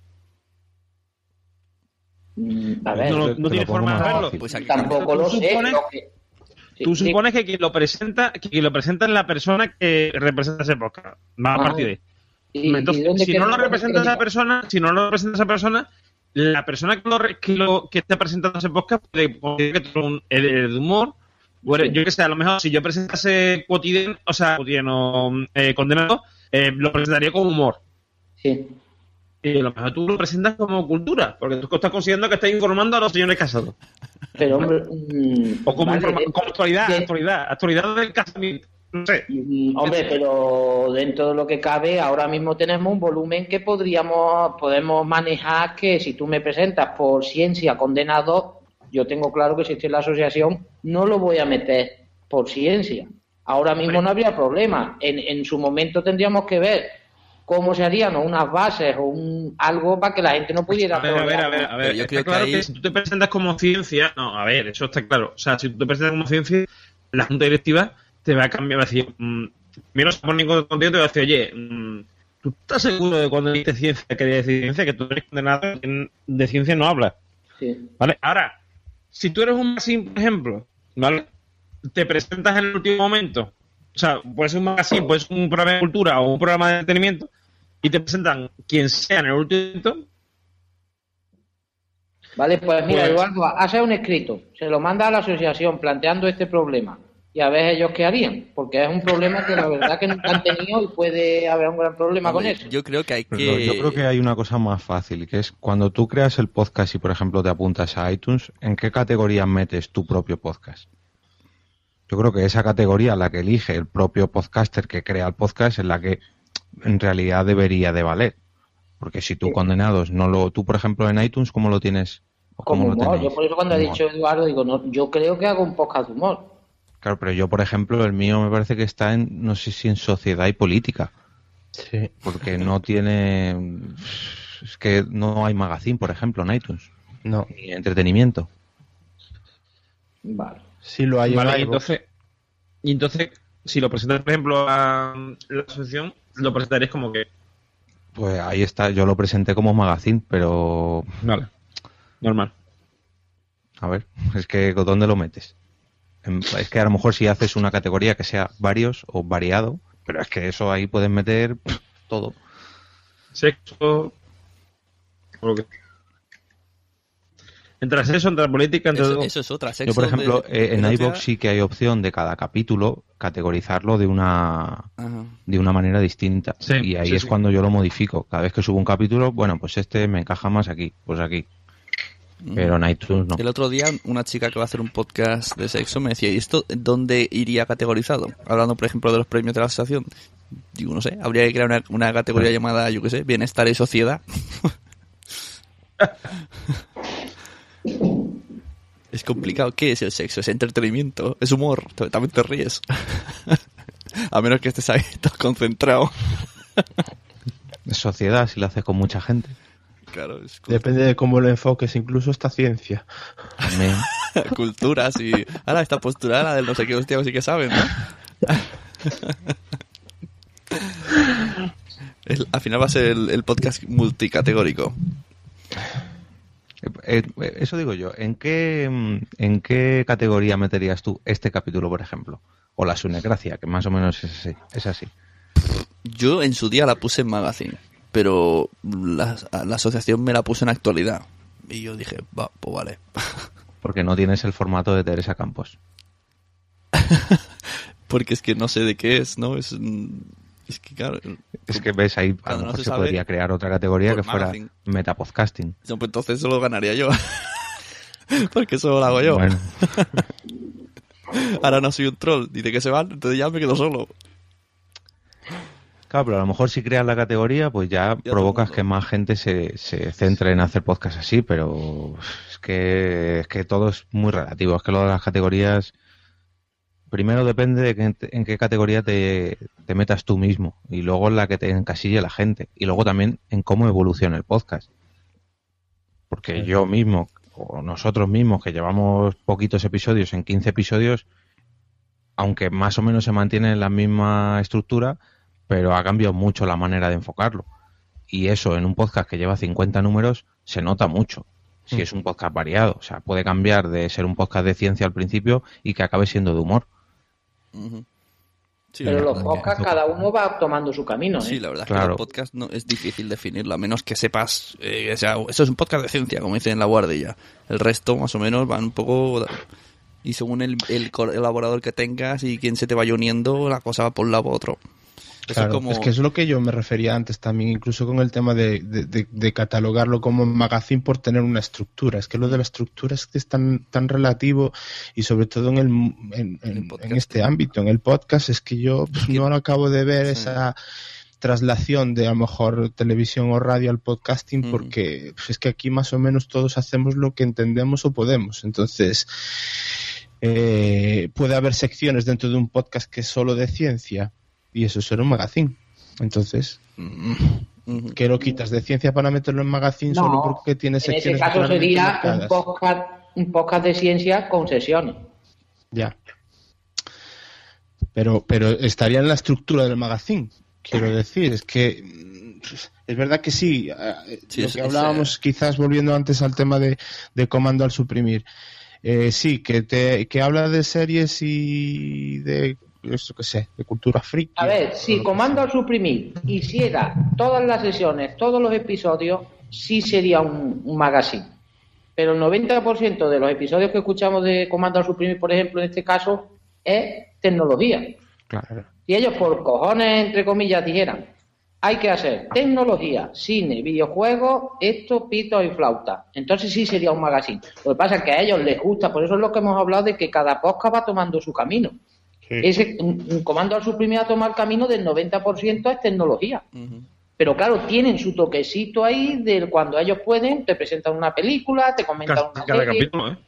Mm, A ver, No, Te- no te tienes lo pongo forma de más verlo. fácil. Pues aquí tampoco tú lo sé. supones- lo que- sí, Tú sí. supones que quien lo presenta, que quien lo presenta es la persona que representa ese podcast. Va a Ajá. partir de ahí. ¿Y- Entonces, y dónde si no lo quieres representa que esa diga? persona, si no lo representa esa persona, la persona que lo, re- que lo que esté presentando ese podcast puede puede que tú eres un eres de humor, o eres- Sí. yo que sé, a lo mejor si yo presentase cotidiano, o sea, cotidiano eh, condenado, eh, lo presentaría como humor. Sí. Y a lo mejor tú lo presentas como cultura, porque tú estás considerando que estás informando a los señores casados. Pero, hombre. mm, O como, vale, informa- de- como actualidad, de- actualidad, actualidad del casamiento. No sé. Mm, Hombre, pero dentro de lo que cabe, ahora mismo tenemos un volumen que podríamos podemos manejar, que si tú me presentas por ciencia condenado, yo tengo claro que si estoy en la asociación no lo voy a meter por ciencia. Ahora mismo no habría problema. En, en su momento tendríamos que ver cómo se harían, ¿no?, unas bases o un algo para que la gente no pudiera... A ver, a ver, a ver, a ver. Pero yo Está creo que claro ahí- que si tú te presentas como ciencia, no, a ver, eso está claro. O sea, si tú te presentas como ciencia, la junta directiva te va a cambiar, va a decir, mmm, mira, se pone contigo, te va a decir, oye, mmm, ¿tú estás seguro de cuando dices ciencia quería decir ciencia? Que tú eres condenado, de ciencia no hablas, Sí. ¿vale? Ahora, si tú eres un magazine, por ejemplo, ¿vale? Te presentas en el último momento, o sea, puede ser un magazine, puede ser un programa de cultura o un programa de entretenimiento, y te presentan quien sea en el último momento. Vale, pues mira, Pues- Eduardo, hace un escrito, se lo manda a la asociación planteando este problema y a ver ellos qué harían, porque es un problema que la verdad que nunca han tenido y puede haber un gran problema con Hombre, eso. yo creo que hay Pero que... yo creo que hay una cosa más fácil, que es cuando tú creas el podcast y, por ejemplo, te apuntas a iTunes, ¿en qué categoría metes tu propio podcast? Yo creo que esa categoría, la que elige el propio podcaster que crea el podcast, es la que en realidad debería de valer. Porque si tú, condenados, no lo... Tú, por ejemplo, en iTunes, ¿cómo lo tienes? ¿O Como cómo lo humor, tenéis? yo por eso cuando he Humor. dicho Eduardo, digo, no, yo creo que hago un podcast de humor. Claro, pero yo, por ejemplo, el mío me parece que está en, no sé si en sociedad y política. Sí. Porque no tiene... Es que no hay magazine, por ejemplo, en iTunes. No, Ni entretenimiento. Vale. sí lo hay en Vale, y iVoox. entonces, y entonces, si lo presentas, por ejemplo, a la asociación, lo presentarías como que, Pues ahí está, yo lo presenté como magazine, pero... vale, normal. A ver, es que ¿dónde lo metes? En- Es que a lo mejor si haces una categoría que sea varios o variado, pero es que eso ahí puedes meter pff, todo. Sexo, o lo que... Entre sexo, entre política, entre Eso, todo. eso es otra. Sexo Yo, por ejemplo, de- eh, en de iVoox otra- sí que hay opción de cada capítulo categorizarlo de una Ajá. de una manera distinta. Sí, y ahí sí, es sí. cuando yo lo modifico. Cada vez que subo un capítulo, bueno, pues este me encaja más aquí, pues aquí. Pero en iTunes no. El otro día una chica que va a hacer un podcast de sexo me decía, ¿y esto dónde iría categorizado? Hablando, por ejemplo, de los premios de la asociación. Digo, no sé, habría que crear una, una categoría llamada, yo qué sé, bienestar y sociedad. Es complicado. ¿Qué es el sexo? ¿Es entretenimiento? ¿Es humor? También te ríes. A menos que estés ahí todo concentrado. Sociedad, si lo haces con mucha gente. Claro, es cult- Depende de cómo lo enfoques, incluso esta ciencia. También. culturas y... Ahora, esta postura, la del no sé qué, hostia, sí que saben, ¿no? El- al final va a ser el, el podcast multicategórico. Eh, eh, eso digo yo. ¿En qué, ¿En qué categoría meterías tú este capítulo, por ejemplo? O la Sunecracia, que más o menos es así. Es así. Yo en su día la puse en Magazine, pero la, la asociación me la puso en actualidad. Y yo dije, va, pues vale. Porque no tienes el formato de Teresa Campos. Porque es que no sé de qué es, ¿no? Es, es que claro... Es que ves, ahí a lo mejor no se, se podría crear otra categoría que fuera Magazine. Metapodcasting. No, pues entonces solo ganaría yo. Porque eso lo hago yo. Bueno. Ahora no soy un troll. Dice que se van, entonces ya me quedo solo. Claro, pero a lo mejor si creas la categoría, pues ya, ya provocas que más gente se, se centre en hacer podcast así, pero es que, es que todo es muy relativo. Es que lo de las categorías, primero depende de que, en qué categoría te, te metas tú mismo, y luego en la que te encasille la gente, y luego también en cómo evoluciona el podcast. Porque sí. Yo mismo, o nosotros mismos, que llevamos poquitos episodios, en quince episodios, aunque más o menos se mantiene en la misma estructura, pero ha cambiado mucho la manera de enfocarlo. Y eso en un podcast que lleva cincuenta números se nota mucho. Si mm. es un podcast variado. O sea, puede cambiar de ser un podcast de ciencia al principio y que acabe siendo de humor. Uh-huh. Sí, pero los podcasts que... cada uno va tomando su camino. ¿eh? Sí, la verdad claro. es que los podcasts no, es difícil definirlo, a menos que sepas... Eh, o sea, eso es un podcast de ciencia, como dicen en La Guardia. El resto, más o menos, van un poco... Y según el, el colaborador que tengas y quién se te vaya uniendo, la cosa va por un lado u otro. Claro, es, como... es que es lo que yo me refería antes también, incluso con el tema de, de, de, de catalogarlo como magazine por tener una estructura. Es que lo de la estructura es que es tan, tan relativo, y sobre todo en, el, en, en, el en este ámbito, en el podcast, es que yo pues, no lo acabo de ver sí. esa traslación de a lo mejor televisión o radio al podcasting, mm. porque pues, es que aquí más o menos todos hacemos lo que entendemos o podemos. Entonces, eh, puede haber secciones dentro de un podcast que es solo de ciencia, y eso será un magazine. Entonces, mm-hmm. ¿qué lo quitas de ciencia para meterlo en magazine no, solo porque tiene secciones? En ese caso sería un podcast, un podcast de ciencia con sesiones. Ya. Pero, pero estaría en la estructura del magazine. Quiero decir, es que es verdad que sí. sí lo que hablábamos, es, quizás volviendo antes al tema de, de Comando al Suprimir. Eh, sí, que te que habla de series y de esto que sé, de cultura friki. A ver, si Comando al Suprimir hiciera todas las sesiones, todos los episodios, sí sería un, un magazine. Pero el noventa por ciento de los episodios que escuchamos de Comando al Suprimir, por ejemplo, en este caso, es tecnología. Claro. Si ellos por cojones, entre comillas, dijeran, hay que hacer tecnología, cine, videojuegos, esto, pito y flauta, entonces sí sería un magazine. Lo que pasa es que a ellos les gusta, por eso es lo que hemos hablado de que cada podcast va tomando su camino. Sí. Ese un, un Comando al Suprimir a tomar el camino del noventa por ciento es tecnología. Uh-huh. Pero claro, tienen su toquecito ahí de cuando ellos pueden, te presentan una película, te comentan cada, una cada serie. Capítulo, ¿eh?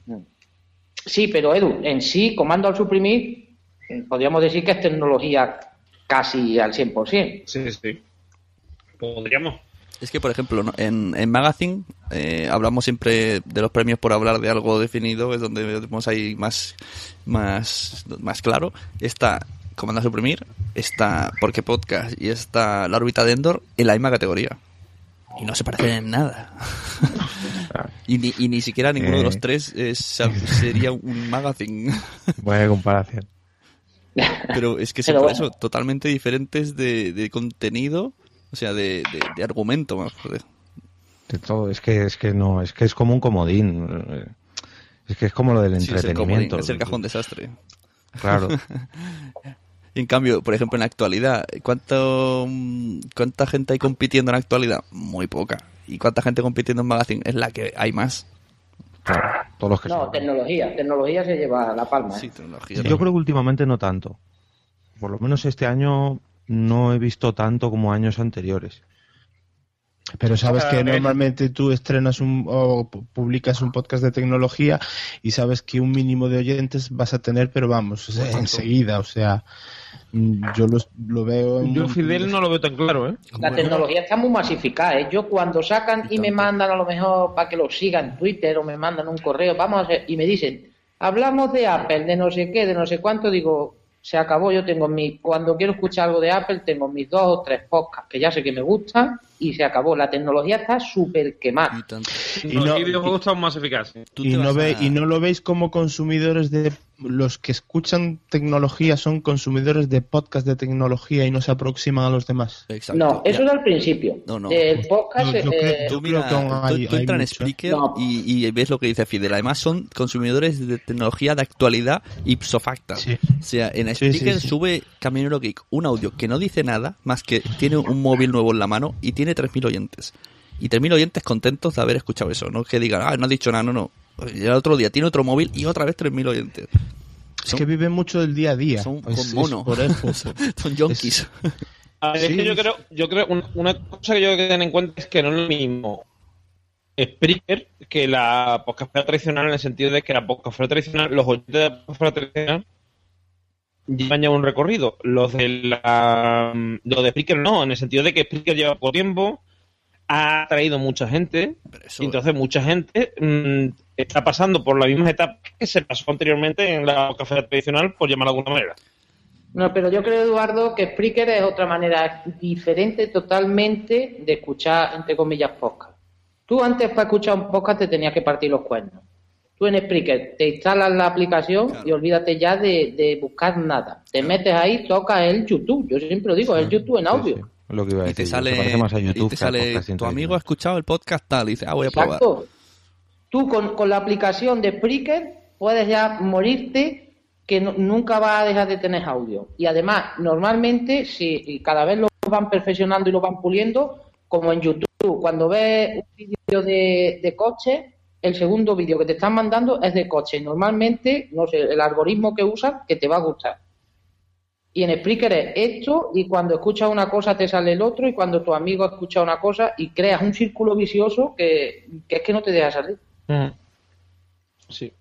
Sí, pero Edu, en sí, Comando al Suprimir, podríamos decir que es tecnología casi al cien por ciento. Sí, sí. Podríamos. Es que, por ejemplo, ¿no? en, en Magazine eh, hablamos siempre de los premios por hablar de algo definido, es donde vemos ahí más, más, más claro. Está Comando a Suprimir, está Porque Podcast y está La Órbita de Endor en la misma categoría. Y no se parecen en nada. y, ni, y ni siquiera ninguno eh. de los tres es, sería un Magazine. Buena comparación. Pero es que son por bueno. eso totalmente diferentes de, de contenido. O sea, de, de, de argumento más, joder. De todo, es que es que no, es que es como un comodín. Es que es como lo del sí, entretenimiento. Es el, es el cajón desastre. Claro. En cambio, por ejemplo, en la actualidad, ¿cuánto, ¿cuánta gente hay compitiendo en la actualidad? Muy poca. ¿Y cuánta gente compitiendo en Magazine? Es la que hay más. Claro, todos los que no, saben. tecnología. Tecnología se lleva la palma. ¿eh? Sí, tecnología. Sí, yo creo que últimamente no tanto. Por lo menos este año no he visto tanto como años anteriores. Pero sabes que normalmente tú estrenas un o publicas un podcast de tecnología y sabes que un mínimo de oyentes vas a tener, pero vamos, o sea, enseguida, o sea, yo lo, lo veo... En yo Fidel no lo veo tan claro, ¿eh? La tecnología está muy masificada, ¿eh? Yo cuando sacan y me mandan a lo mejor para que lo sigan en Twitter o me mandan un correo, vamos a hacer, y me dicen, hablamos de Apple, de no sé qué, de no sé cuánto, digo... Se acabó, yo tengo mi... Cuando quiero escuchar algo de Apple, tengo mis dos o tres podcasts que ya sé que me gustan y se acabó. La tecnología está súper quemada. Y tanto. Y Los no- videojuegos son más eficaces. Tú Y te no, vas ve, a- y no lo veis como consumidores de... Los que escuchan tecnología son consumidores de podcast de tecnología y no se aproximan a los demás. Exacto. No, eso Ya. era al principio. No, no. El podcast... Yo- yo eh, creo- Tú, Yo mira, creo que aún tú- hay- tú hay entras en mucho, ¿eh? Spreaker No. y, y ves lo que dice Fidel. Además son consumidores de tecnología de actualidad ipso facto. Sí. O sea, en Sí, Spreaker sí, sí. sube Camionero Geek un audio que no dice nada más que tiene un móvil nuevo en la mano y tiene tres mil oyentes. Y tres mil oyentes contentos de haber escuchado eso. No que digan, ah, no ha dicho nada, no, no. Y el otro día tiene otro móvil y otra vez tres mil oyentes. Es que viven mucho del día a día. Son Es- con es mono. por eso. Son yonkis. A ver, es Sí. que yo creo, yo creo una, una cosa que yo creo que tener en cuenta es que no es lo mismo Spreaker que la podcastfera tradicional, en el sentido de que la podcastfera tradicional, los oyentes de la podcastfera tradicional llevan ya un recorrido. Los de la, los de Spreaker no, en el sentido de que Spreaker lleva poco tiempo, ha traído mucha gente, Pero eso- y entonces mucha gente mmm, está pasando por la misma etapa que se pasó anteriormente en la podcastfera tradicional, por llamarlo de alguna manera. No, pero yo creo, Eduardo, que Spreaker es otra manera diferente totalmente de escuchar, entre comillas, podcast. Tú antes para escuchar un podcast te tenías que partir los cuernos. Tú en Spreaker te instalas la aplicación Claro. y olvídate ya de, de buscar nada. Te metes ahí, tocas el YouTube. Yo siempre lo digo, el YouTube en Sí, audio. sí. Es lo que iba a Y te decir. sale, Se parece más a YouTube y te que al sale podcasting tu amigo ha tradicional. escuchado el podcast tal y dice, ah, voy a probar. Exacto. Tú con, con la aplicación de Spreaker puedes ya morirte que no- nunca vas a dejar de tener audio. Y además, normalmente, si y cada vez lo van perfeccionando y lo van puliendo, como en YouTube, cuando ves un vídeo de, de coche, el segundo vídeo que te están mandando es de coche. Normalmente, no sé, el algoritmo que usan, que te va a gustar. Y en Spreaker es esto, y cuando escuchas una cosa te sale el otro, y cuando tu amigo escucha una cosa, y creas un círculo vicioso que, que es que no te deja salir. Sí.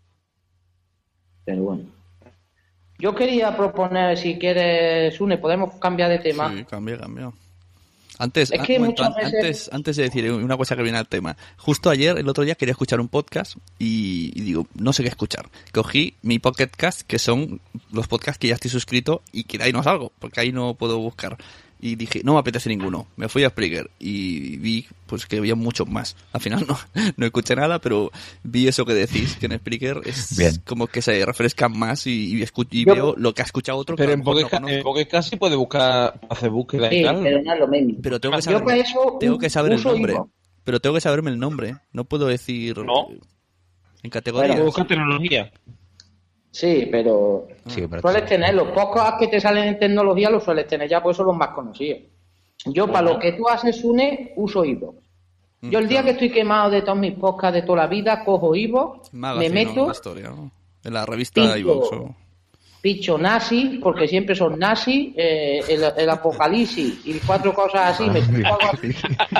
Pero bueno. Yo quería proponer, si quieres, Sune, podemos cambiar de tema. Sí, cambia, cambia. Antes, Es ah, que un momento, muchas an- veces- antes, antes de decir una cosa que viene al tema, justo ayer, el otro día, quería escuchar un podcast y, y digo, no sé qué escuchar. Cogí mi Pocket Cast, que son los podcasts que ya estoy suscrito y que de ahí no salgo, porque ahí no puedo buscar. Y dije, no me apetece ninguno. Me fui a Spreaker y vi pues que había muchos más. Al final no, no escuché nada, pero vi eso que decís, que en Spreaker es Bien. como que se refrescan más y, y, escu- y Yo- veo lo que ha escuchado otro que Pero a en lo mejor no Pocket, conozco. en Pocket Cast sí puede buscar, hacer búsqueda y Sí, tal. pero no es lo mismo. Pero tengo que Yo saber, para eso tengo que saber el uso nombre. Ivo. Pero tengo que saberme el nombre. No puedo decir No. en categorías. Puede buscar tecnología. Sí, pero Sí, pero sueles tener los podcasts que te salen en tecnología, los sueles tener ya, pues son los más conocidos. Yo, para lo que tú haces, Sune, uso Ivo. Yo el día que estoy quemado de todos mis podcasts de toda la vida, cojo Ivo, me Magazine, ¿no? meto, La historia, ¿no? En la revista Pico. iVoox. ¿no? picho nazi, porque siempre son nazi, eh, el, el apocalipsis y cuatro cosas así, me explico algo así.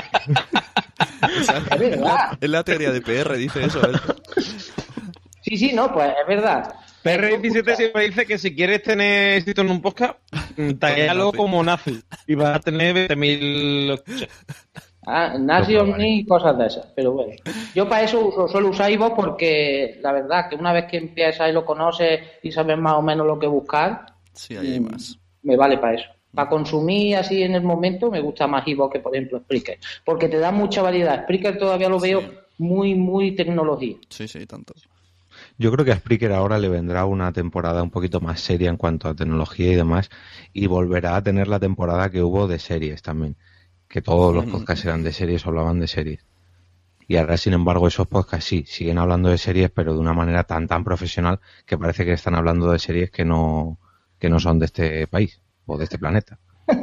Es verdad. Es la teoría de P R, dice eso. ¿eh? Sí, sí, no, pues es verdad. P R diecisiete siempre dice que si quieres tener éxito en un podcast, mm, taguéalo nazi. como nazi y vas a tener veinte mil escuchas. Ah, nazi, Lo probaré. ovni y cosas de esas, pero bueno. Yo para eso uso, suelo usar Ivo porque la verdad que una vez que empiezas y lo conoces y sabes más o menos lo que buscar, Sí, ahí hay más. me vale para eso. Para consumir así en el momento me gusta más Ivo que, por ejemplo, Spreaker. Porque te da mucha variedad. Spreaker todavía lo veo Sí. muy, muy tecnología. Sí, sí, tanto. Yo creo que a Spreaker ahora le vendrá una temporada un poquito más seria en cuanto a tecnología y demás, y volverá a tener la temporada que hubo de series también, que todos los podcasts eran de series o hablaban de series. Y ahora, sin embargo, esos podcasts sí, siguen hablando de series, pero de una manera tan tan profesional que parece que están hablando de series que no, que no son de este país o de este planeta.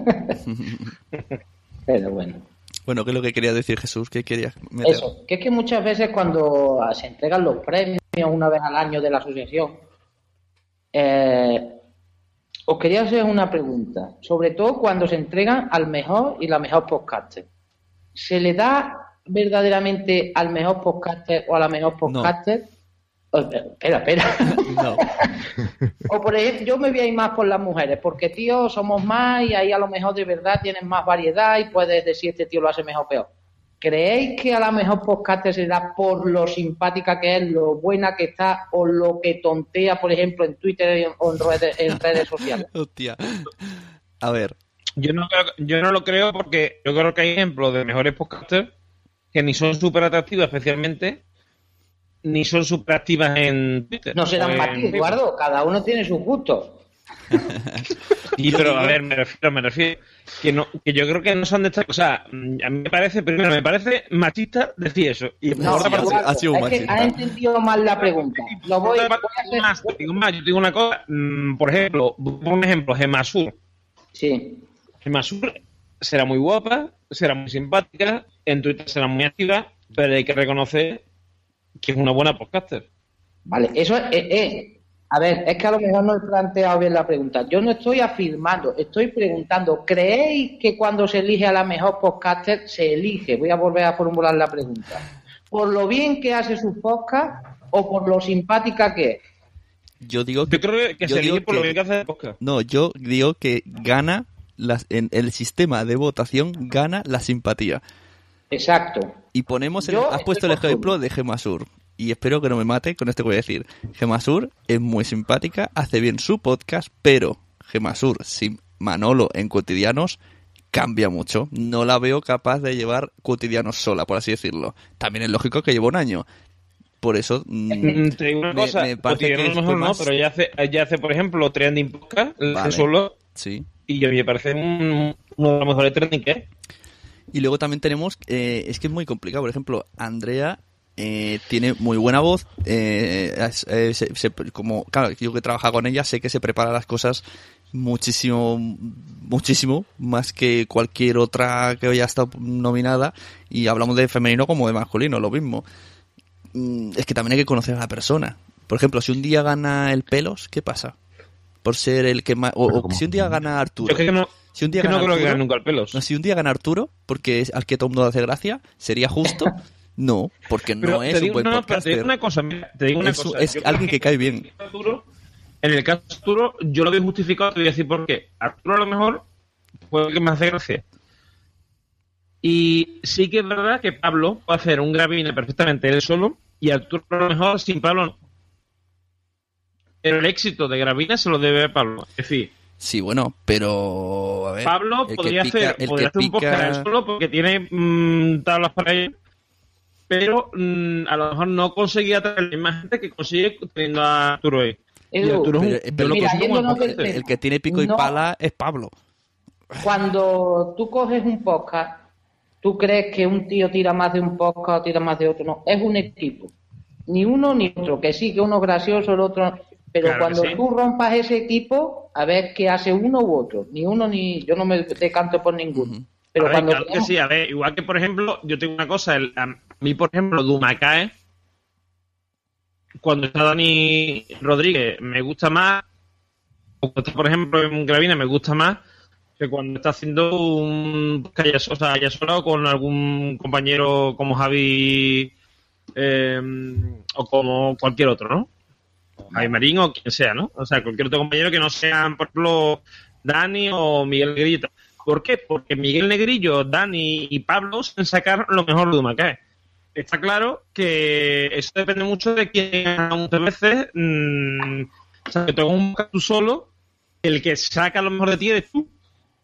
Pero bueno. Bueno, ¿qué es lo que quería decir, Jesús? ¿Qué querías meter? Eso, que es que muchas veces cuando se entregan los premios una vez al año de la asociación, eh, os quería hacer una pregunta, sobre todo cuando se entregan al mejor y la mejor podcaster. ¿Se le da verdaderamente al mejor podcaster o a la mejor podcaster? Oh, espera, espera. No. O por ejemplo, yo me voy a ir más por las mujeres, porque tío, somos más y ahí a lo mejor de verdad tienes más variedad y puedes decir este tío lo hace mejor o peor. ¿Creéis que a la mejor podcaster se da por lo simpática que es, lo buena que está o lo que tontea, por ejemplo, en Twitter o en redes, en redes sociales? Hostia. A ver. Yo no, creo, yo no lo creo porque yo creo que hay ejemplos de mejores podcasters que ni son súper atractivas especialmente, ni son súper activas en Twitter. No serán para ti, Eduardo. Cada uno tiene sus gustos. Y pero a ver, me refiero, me refiero que no, que yo creo que no son de estas cosas. A mí me parece, primero, me parece machista decir eso. Y no, por otra parte, parte, ha sido es machista. que has entendido mal la pregunta. Lo voy, voy a hacer... más, te digo más, yo te digo una cosa, por ejemplo, un ejemplo, Gemasur. Sí. Gemasur será muy guapa, será muy simpática, en Twitter será muy activa, pero hay que reconocer que es una buena podcaster. Vale, eso es, es, es... A ver, es que a lo mejor no he planteado bien la pregunta. Yo no estoy afirmando, estoy preguntando, ¿creéis que cuando se elige a la mejor podcaster se elige? Voy a volver a formular la pregunta. ¿Por lo bien que hace su podcast o por lo simpática que es? Yo digo que, yo creo que yo se digo elige por que, lo bien que hace el podcast. No, yo digo que gana, las, en el sistema de votación, gana la simpatía. Exacto. Y ponemos, el, Yo has puesto el ejemplo de Gemasur. Y espero que no me mate con esto que voy a decir. Gemasur es muy simpática, hace bien su podcast, pero Gemasur sin Manolo en Cotidianos cambia mucho. No la veo capaz de llevar Cotidianos sola, por así decirlo. También es lógico que lleva un año. Por eso mmm, te digo una me, cosa, me parece que a lo mejor más... no, pero ella hace, ella hace por ejemplo Trending Podcast, vale. hace solo, sí. Y a mí me parece un, uno de los mejores trending que es. Y luego también tenemos, eh, es que es muy complicado, por ejemplo, Andrea eh, tiene muy buena voz, eh, eh, se, se, como, claro, yo que trabajo con ella sé que se prepara las cosas muchísimo, muchísimo, más que cualquier otra que haya estado nominada, y hablamos de femenino como de masculino, lo mismo. Es que también hay que conocer a la persona. Por ejemplo, si un día gana el Pelos, ¿qué pasa? Por ser el que más... O, o si un día gana Arturo... Yo creo que no, si un día que gana no creo Arturo, que gane nunca el Pelos. No, si un día gana Arturo, porque es al que todo el mundo hace gracia, ¿sería justo? No, porque no pero es digo, un buen no, podcaster. Te digo una cosa, mira, te digo una es, cosa. es alguien que cae bien. Arturo, en el caso de Arturo, yo lo veo justificado, te voy a decir por qué. Arturo a lo mejor fue el que me hace gracia. Y sí que es verdad que Pablo puede hacer un Gravina perfectamente él solo, y Arturo a lo mejor sin Pablo no. Pero el éxito de Gravina se lo debe a Pablo. Es decir, sí, bueno, pero a ver, Pablo podría pica, hacer, podría hacer un podcast solo porque tiene mmm, tablas para ello, pero mmm, a lo mejor no conseguía traer la misma gente que consigue teniendo a Arturo ahí. Edu, Arturo pero, es un, pero mira, como el, el que tiene pico y no, pala es Pablo. Cuando tú coges un podcast, ¿tú crees que un tío tira más de un podcast o tira más de otro? No, es un equipo. Ni uno ni otro. Que sí, que uno es gracioso, el otro... Pero claro, cuando sí. tú rompas ese equipo, a ver qué hace uno u otro. Ni uno ni... Yo no me decanto por ninguno. Uh-huh. Pero a ver, cuando claro tenemos... que sí, a ver, igual que por ejemplo, yo tengo una cosa, el, a mí por ejemplo, Dumacae, cuando está Dani Rodríguez, me gusta más, o cuando está por ejemplo en Gravina, me gusta más, que cuando está haciendo un o sea, ya solo con algún compañero como Javi eh, o como cualquier otro, ¿no? Javi Marín o quien sea, ¿no? O sea, cualquier otro compañero que no sean, por ejemplo, Dani o Miguel Negrillo. ¿Por qué? Porque Miguel Negrillo, Dani y Pablo se sacar lo mejor de Dumacae. Está claro que eso depende mucho de quién muchas veces. Mmm, o sea, que tú hagas un podcast tú solo, el que saca lo mejor de ti eres tú.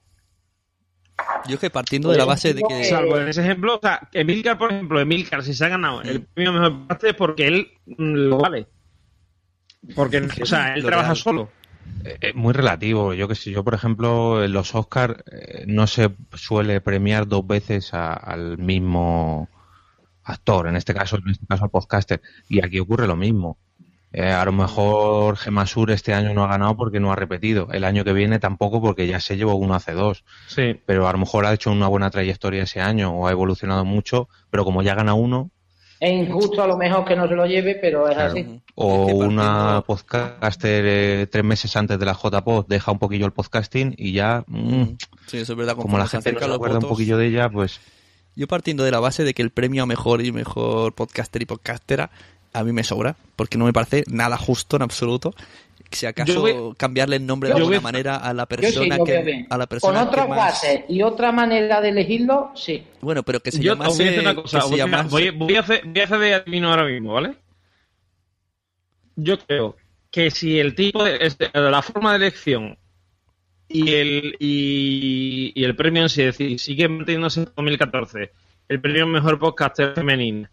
Yo que partiendo de la base de que... Salvo en ese ejemplo, o sea, Emilcar, por ejemplo, Emilcar, si se ha ganado el premio mejor podcast es porque él mmm, lo vale. Porque, o sea, él trabaja real. solo. Es muy relativo. Yo que sé, yo por ejemplo, en los Oscars eh, no se suele premiar dos veces a, al mismo actor, en este caso, en este caso al podcaster. Y aquí ocurre lo mismo. Eh, a lo mejor Gemasur este año no ha ganado porque no ha repetido. El año que viene tampoco porque ya se llevó uno hace dos. Sí. Pero a lo mejor ha hecho una buena trayectoria ese año o ha evolucionado mucho, pero como ya gana uno... Es injusto a lo mejor que no se lo lleve, pero es claro. así. O una podcaster eh, tres meses antes de la J P O D deja un poquillo el podcasting y ya, mmm, sí, eso es verdad, como la gente no se acuerda un poquillo de ella, pues... Yo partiendo de la base de que el premio a mejor y mejor podcaster y podcastera a mí me sobra, porque no me parece nada justo en absoluto. Si acaso voy, cambiarle el nombre de alguna voy, manera a la persona sí, que a la persona con otras más... bases y otra manera de elegirlo, sí. Bueno, pero que se yo llamase... voy a hacer una cosa, voy, llamase... voy, voy, a hacer, voy a hacer de admino ahora mismo, ¿vale? Yo creo que si el tipo de, este, la forma de elección y el y, y el premio en sí, es decir, sigue manteniéndose en dos mil catorce. El premio Mejor Podcaster Femenino.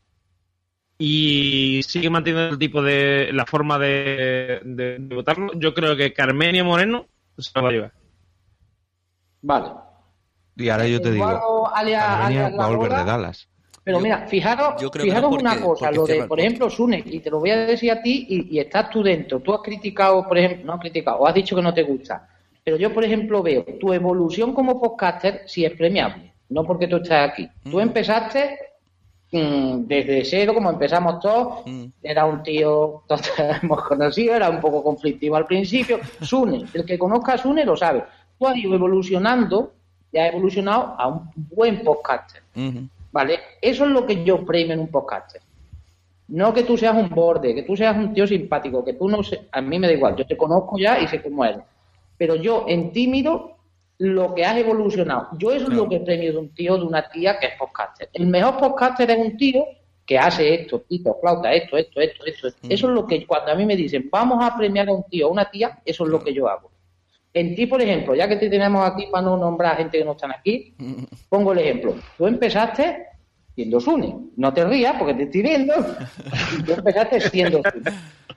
Y sigue manteniendo el tipo de... la forma de, de, de votarlo. Yo creo que Carmenia Moreno se lo va a llevar. Vale. Y ahora yo te digo, Eduardo, alias- Carmenia alias va a volver Lagola. de Dallas. Pero Yo- mira, fijaros, yo creo que fijaros no, una porque- cosa, porque lo cierra de, el por ejemplo, Sune, y te lo voy a decir a ti, y, y estás tú dentro. Tú has criticado, por ejemplo, no has criticado, o has dicho que no te gusta. Pero yo, por ejemplo, veo tu evolución como podcaster si es premiable, no porque tú estás aquí. Tú empezaste mm, desde cero, como empezamos todos. Mm. Era un tío, todos hemos conocido, era un poco conflictivo al principio. Sune, el que conozca a Sune lo sabe. Tú has ido evolucionando y has evolucionado a un buen podcaster. Ujú. ¿Vale? Eso es lo que yo premio en un podcaster. No que tú seas un borde, que tú seas un tío simpático, que tú no sé, a mí me da igual, yo te conozco ya y sé cómo eres. Pero yo en tímido lo que has evolucionado. Yo eso es lo que premio de un tío, de una tía que es podcaster. El mejor podcaster es un tío que hace esto, pito, flauta, esto, esto, esto, esto. Mm. Eso es lo que cuando a mí me dicen, vamos a premiar a un tío o una tía, eso es lo que yo hago. En ti, por ejemplo, ya que te tenemos aquí para no nombrar a gente que no están aquí, pongo el ejemplo. Tú empezaste siendo Sune. No te rías porque te estoy viendo. Y tú empezaste siendo Sune.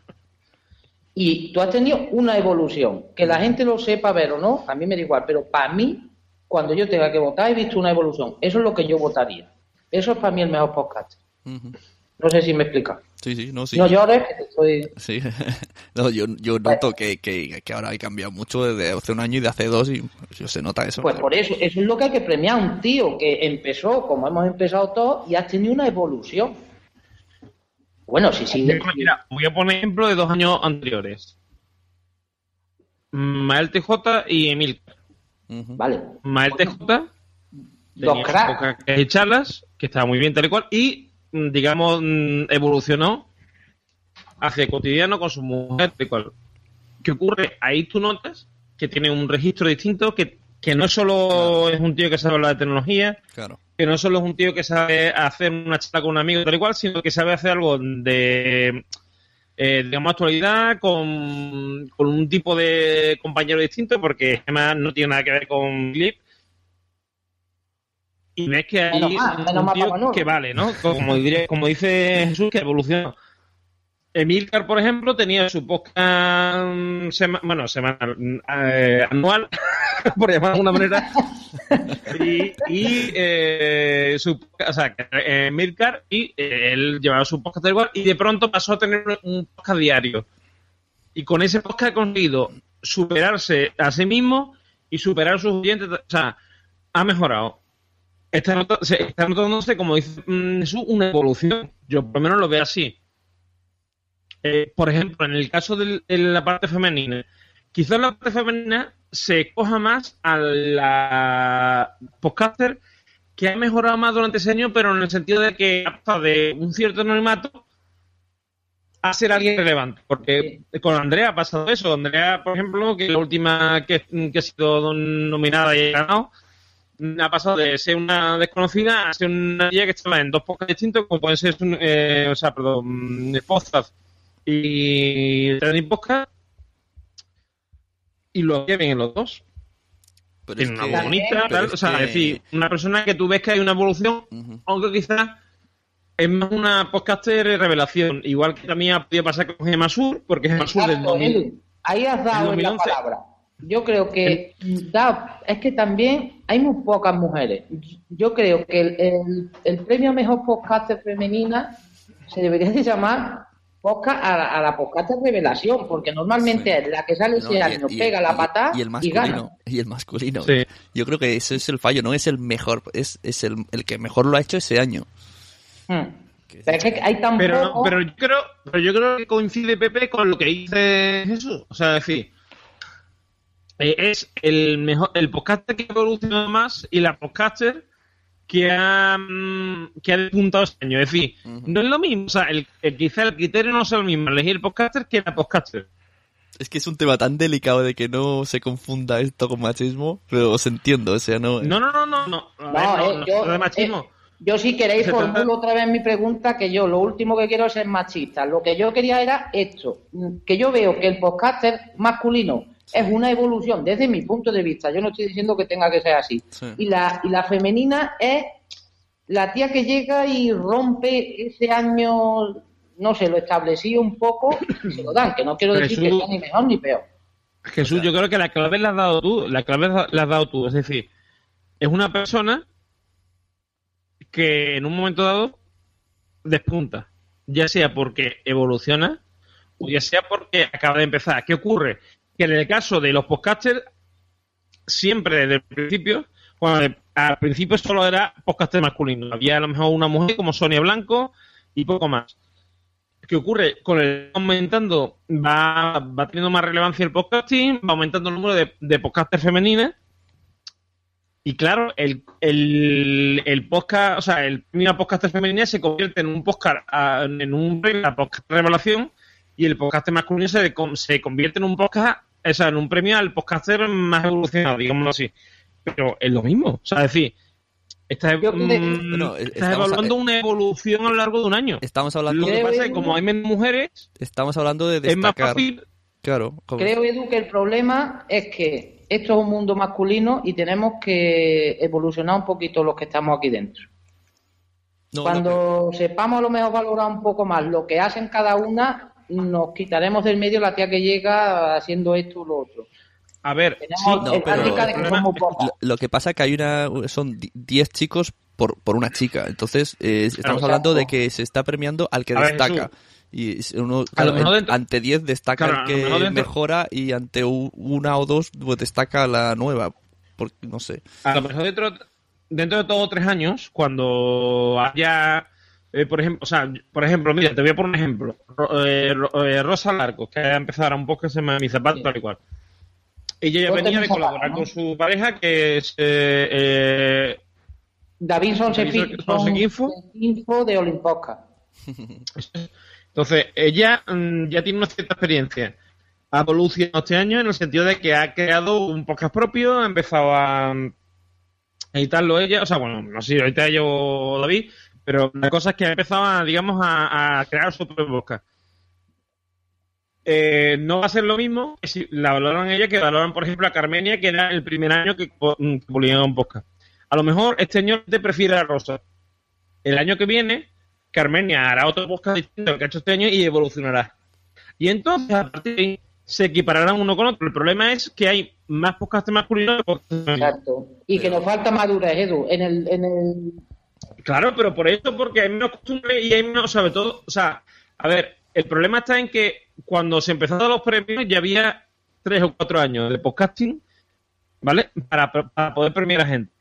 Y tú has tenido una evolución. Que la gente lo sepa ver o no, a mí me da igual. Pero para mí, cuando yo tenga que votar, he visto una evolución. Eso es lo que yo votaría. Eso es para mí el mejor podcast. Ujú. No sé si me explica. Sí, sí, no, sí. No llores, que te estoy... Sí, no, yo, yo noto que, que, que ahora hay cambiado mucho desde hace un año y de hace dos y pues, se nota eso. Pues por eso, eso es lo que hay que premiar a un tío que empezó, como hemos empezado todos, y has tenido una evolución. Bueno, sí, sí. Mira, voy a poner ejemplo de dos años anteriores. Mael T J y Emil. Ujú. Vale. Mael T J Dos tenía cracks. pocas y charlas, que estaba muy bien tal y cual, y mm, digamos mm, evolucionó hacia el cotidiano con su mujer tal y cual. ¿Qué ocurre? Ahí tú notas que tiene un registro distinto, que, que no solo es un tío que sabe hablar de tecnología, Claro. que no solo es un tío que sabe hacer una charla con un amigo tal y cual, sino que sabe hacer algo de, eh, digamos, actualidad con, con un tipo de compañero distinto, porque además no tiene nada que ver con Clip. Y ves que hay Menos mal, un, menos un mal tío para Manolo. que vale, ¿no? Como, diré, como dice Jesús, que evoluciona. Emilcar, por ejemplo, tenía su podcast mm, sema- bueno, semanal, mm, eh, anual, por llamarlo de alguna manera, y, y eh, su podcast, o sea, que, eh, Emilcar, y eh, él llevaba su podcast tal igual, y de pronto pasó a tener un podcast diario. Y con ese podcast ha conseguido superarse a sí mismo y superar a sus oyentes, o sea, ha mejorado. Está, not- se- está notándose, como dice mm, Jesús, una evolución. Yo por lo menos lo veo así. Eh, por ejemplo, en el caso de la parte femenina, quizás la parte femenina se coja más a la podcaster que ha mejorado más durante ese año, pero en el sentido de que ha pasado de un cierto anonimato a ser alguien relevante. Porque con Andrea ha pasado eso. Andrea, por ejemplo, que la última que, que ha sido nominada y ha ganado, ha pasado de ser una desconocida a ser una tía que estaba en dos podcasts distintos, como pueden ser, eh, o sea, perdón, podcast y Trending Podcast, y lo que ven en los dos. Pero Tiene es una que- voz bonita, pero tal, es o sea, que- es decir, una persona que tú ves que hay una evolución, Ujú. aunque quizás es más una podcaster revelación, igual que también ha podido pasar con Gemma Sur, porque Gemma Sur del Exacto, dos mil, Edu, ahí has del dado en dos mil la once. palabra. Yo creo que da, es que también hay muy pocas mujeres. Yo creo que el, el, el premio a mejor podcaster femenina se debería de llamar podcast a, la- a la podcaster revelación, porque normalmente Sí. es la que sale No, ese y- año, y- pega la y- patada y el y, masculino gana. y el masculino. Sí. Yo creo que ese es el fallo, no es el mejor, es, es el, el que mejor lo ha hecho ese año. Hmm. Pero es que hay tan Pero, poco... pero yo creo, pero yo creo que coincide Pepe con lo que dice Jesús. O sea, es decir, eh, es el mejor, el podcaster que ha evolucionado más y la podcaster que ha mm, que ha despuntado este año. Es decir, Ujú. no es lo mismo. O sea, el, el- quizá el criterio no sea el mismo elegir el podcaster que la podcaster. Es que es un tema tan delicado de que no se confunda esto con machismo, pero os entiendo, o sea, no... No, no, no, no, no. A No, ver, no, eh, no yo, se trata de machismo. eh, yo si queréis Se trata- formulo otra vez mi pregunta, que yo lo último que quiero es ser machista. Lo que yo quería era esto, mm, que yo veo que el podcaster masculino Es una evolución desde mi punto de vista. Yo no estoy diciendo que tenga que ser así. Sí. Y la y la femenina es la tía que llega y rompe ese año, no sé, lo establecido un poco y se lo dan. Que no quiero decir Jesús, que sea ni mejor ni peor. Jesús, o sea, yo creo que la clave la has dado tú. La clave la has dado tú. Es decir, es una persona que en un momento dado despunta. Ya sea porque evoluciona o ya sea porque acaba de empezar. ¿Qué ocurre? Que en el caso de los podcasters, siempre desde el principio, bueno, al principio solo era podcaster masculino. Había a lo mejor una mujer como Sonia Blanco y poco más. ¿Qué ocurre? Con el aumentando, va, va teniendo más relevancia el podcasting, va aumentando el número de, de podcasters femeninas. Y claro, el, el, el podcast, o sea, el premio a podcaster femenina se convierte en un podcast, a, en un premio a podcast revelación, y el podcaster masculino se, se convierte en un podcast, o sea, en un premio al podcaster más evolucionado, digámoslo así. Pero es lo mismo, o sea, es decir, estás, Yo creo- mm, Bueno, estás estamos a- evaluando una evolución a lo largo de un año. Estamos hablando, Lo que Creo pasa es que- que como hay menos mujeres, estamos hablando de es más destacar. fácil. Claro. como- Creo, Edu, que el problema es que esto es un mundo masculino y tenemos que evolucionar un poquito los que estamos aquí dentro. no, Cuando sepamos a lo mejor valorar un poco más lo que hacen cada una, nos quitaremos del medio la tía que llega haciendo esto o lo otro. A ver, Tenemos sí, no, el pero handicap de el que problema somos es- pocas. Lo, lo que pasa es que hay una son di- diez chicos por, por una chica. Entonces, eh, estamos Exacto. hablando de que se está premiando al que A ver, destaca. Jesús. Y es uno, A lo claro, mejor en- dentro- ante diez destaca Claro, a el lo que mejor dentro- mejora y ante u- una o dos pues, destaca la nueva. Porque, no sé. a lo mejor dentro, dentro de todos tres años, cuando haya, eh, por ejemplo, o sea, por ejemplo, mira, te voy a poner un ejemplo. Ro- eh, Ro- eh, Rosa Larcos, que ha empezado ahora un poco que se llama Mi Zapato, Sí. tal y cual. Ella ya Ponte venía mi de zapato, colaborar ¿no? con su pareja, que es eh, eh, David David Sonsequinfo. Sonsequinfo de Olimposca. Entonces, ella mm, ya tiene una cierta experiencia. Ha evolucionado este año en el sentido de que ha creado un podcast propio, ha empezado a, a editarlo ella, o sea, bueno, no sé si ahorita ella o David, pero la cosa es que ha empezado a, digamos, a, a crear su propio podcast. Eh, no va a ser lo mismo que si la valoran ella que valoran, por ejemplo, a Carmenia, que era el primer año que, po- que publicaba un podcast. A lo mejor este año te prefiere a Rosa. El año que viene, Carmenia hará otro podcast distinto al que ha hecho este año y evolucionará. Y entonces, a partir de ahí, se equipararán uno con otro. El problema es que hay más podcasts masculinos que podcasts femeninos. Exacto. Y que nos falta madurez, Edu. En el, en el... Claro, pero por eso, porque hay menos costumbre y hay menos, sobre todo, o sea, a ver, el problema está en que cuando se empezaron los premios ya había tres o cuatro años de podcasting, ¿vale? Para, para poder premiar a gente.